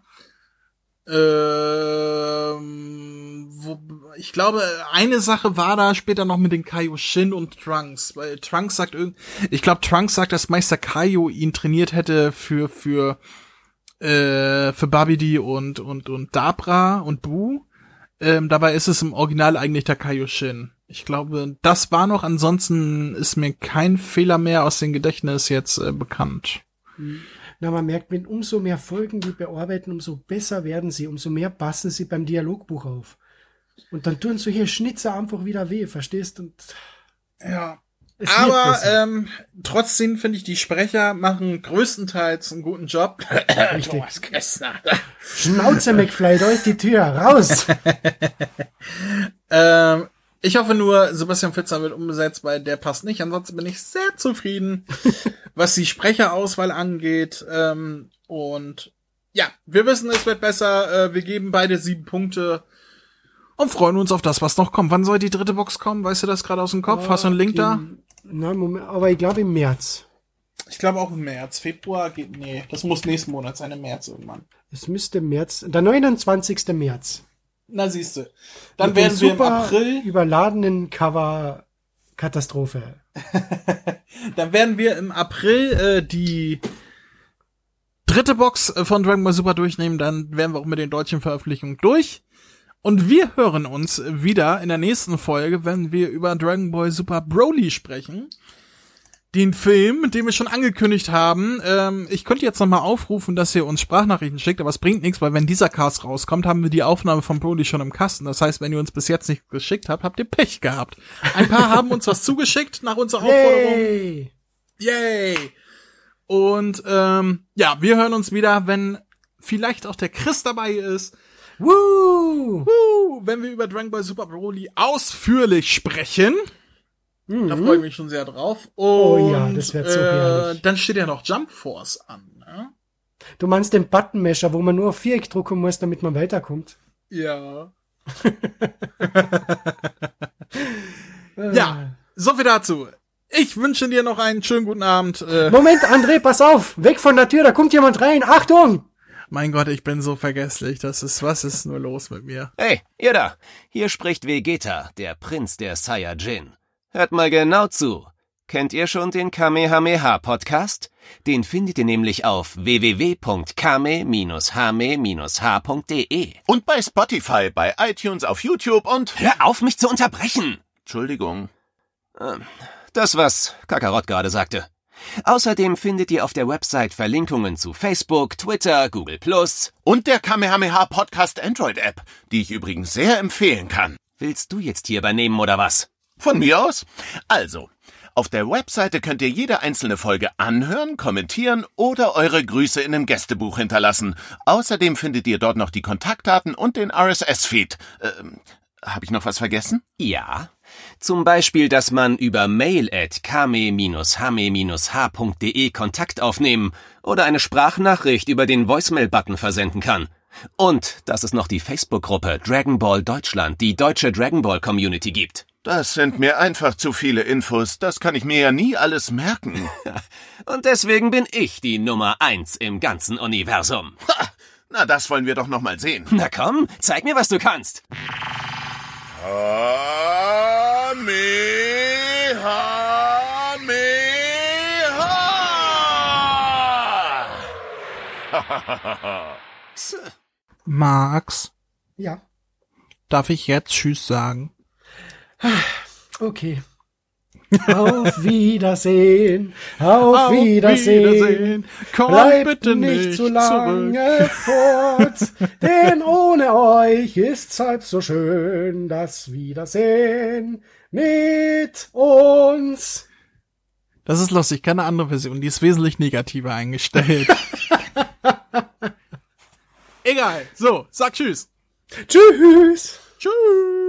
Ich glaube, eine Sache war da später noch mit den Kaioshin und Trunks, weil Trunks sagt Trunks sagt, dass Meister Kaio ihn trainiert hätte für Babidi und Dabra und Bu. Dabei ist es im Original eigentlich der Kaioshin. Ich glaube, das war noch, ansonsten ist mir kein Fehler mehr aus dem Gedächtnis jetzt bekannt. Na, man merkt, wenn umso mehr Folgen die bearbeiten, umso besser werden sie, umso mehr passen sie beim Dialogbuch auf. Und dann tun solche Schnitzer einfach wieder weh, verstehst? Und ja. Aber trotzdem finde ich, die Sprecher machen größtenteils einen guten Job. Thomas Kästner. Schnauze, McFly, da ist die Tür, raus! Ich hoffe nur, Sebastian Pfitzner wird umgesetzt, weil der passt nicht. Ansonsten bin ich sehr zufrieden, was die Sprecherauswahl angeht. Und ja, wir wissen, es wird besser. Wir geben beide 7 Punkte und freuen uns auf das, was noch kommt. Wann soll die 3. Box kommen? Weißt du das gerade aus dem Kopf? Hast du einen Link da? Nein, Moment, aber ich glaube im März. Ich glaube auch im März. Februar geht, nee, das muss nächsten Monat sein, im März irgendwann. Es müsste März, der 29. März. Na siehste. Dann werden wir im April überladenen Cover Katastrophe. Dann werden wir im April die 3. Box von Dragon Ball Super durchnehmen. Dann wären wir auch mit den deutschen Veröffentlichungen durch. Und wir hören uns wieder in der nächsten Folge, wenn wir über Dragon Ball Super Broly sprechen. Den Film, den wir schon angekündigt haben. Ich könnte jetzt nochmal aufrufen, dass ihr uns Sprachnachrichten schickt, aber es bringt nichts, weil wenn dieser Cast rauskommt, haben wir die Aufnahme von Broly schon im Kasten. Das heißt, wenn ihr uns bis jetzt nicht geschickt habt, habt ihr Pech gehabt. Ein paar haben uns was zugeschickt nach unserer Aufforderung. Yay! Und ja, wir hören uns wieder, wenn vielleicht auch der Chris dabei ist. Woo! Wenn wir über Dragon Ball Super Broly ausführlich sprechen. Da freue ich mich schon sehr drauf. Und, oh ja, das wird so herrlich. Dann steht ja noch Jump Force an. Ne? Du meinst den Buttonmesher, wo man nur auf Viereck drücken muss, damit man weiterkommt? Ja. Ja, so viel dazu. Ich wünsche dir noch einen schönen guten Abend. Moment, André, pass auf! Weg von der Tür, da kommt jemand rein! Achtung! Mein Gott, ich bin so vergesslich. Was ist nur los mit mir? Hey, ihr da! Hier spricht Vegeta, der Prinz der Saiyajin. Hört mal genau zu. Kennt ihr schon den Kamehameha-Podcast? Den findet ihr nämlich auf www.kame-hame-h.de. Und bei Spotify, bei iTunes, auf YouTube und... Hör auf, mich zu unterbrechen! Entschuldigung. Das, was Kakarott gerade sagte. Außerdem findet ihr auf der Website Verlinkungen zu Facebook, Twitter, Google+. Und der Kamehameha Podcast Android App, die ich übrigens sehr empfehlen kann. Willst du jetzt hier übernehmen oder was? Von mir aus? Also, auf der Webseite könnt ihr jede einzelne Folge anhören, kommentieren oder eure Grüße in einem Gästebuch hinterlassen. Außerdem findet ihr dort noch die Kontaktdaten und den RSS-Feed. Habe ich noch was vergessen? Ja. Zum Beispiel, dass man über mail@kame-hame-h.de Kontakt aufnehmen oder eine Sprachnachricht über den Voicemail-Button versenden kann. Und dass es noch die Facebook-Gruppe Dragon Ball Deutschland, die deutsche Dragon Ball Community gibt. Das sind mir einfach zu viele Infos. Das kann ich mir ja nie alles merken. Und deswegen bin ich die Nummer 1 im ganzen Universum. Ha! Na, das wollen wir doch noch mal sehen. Na komm, zeig mir, was du kannst. Max, Ja, darf ich jetzt Tschüss sagen? okay. Auf Wiedersehen, auf Wiedersehen. Komm Bleibt bitte nicht zu zurück. lange fort, denn ohne euch ist's halb so schön, das Wiedersehen mit uns. Das ist lustig, keine andere Version, die ist wesentlich negativer eingestellt. Egal, so, sag Tschüss. Tschüss. Tschüss.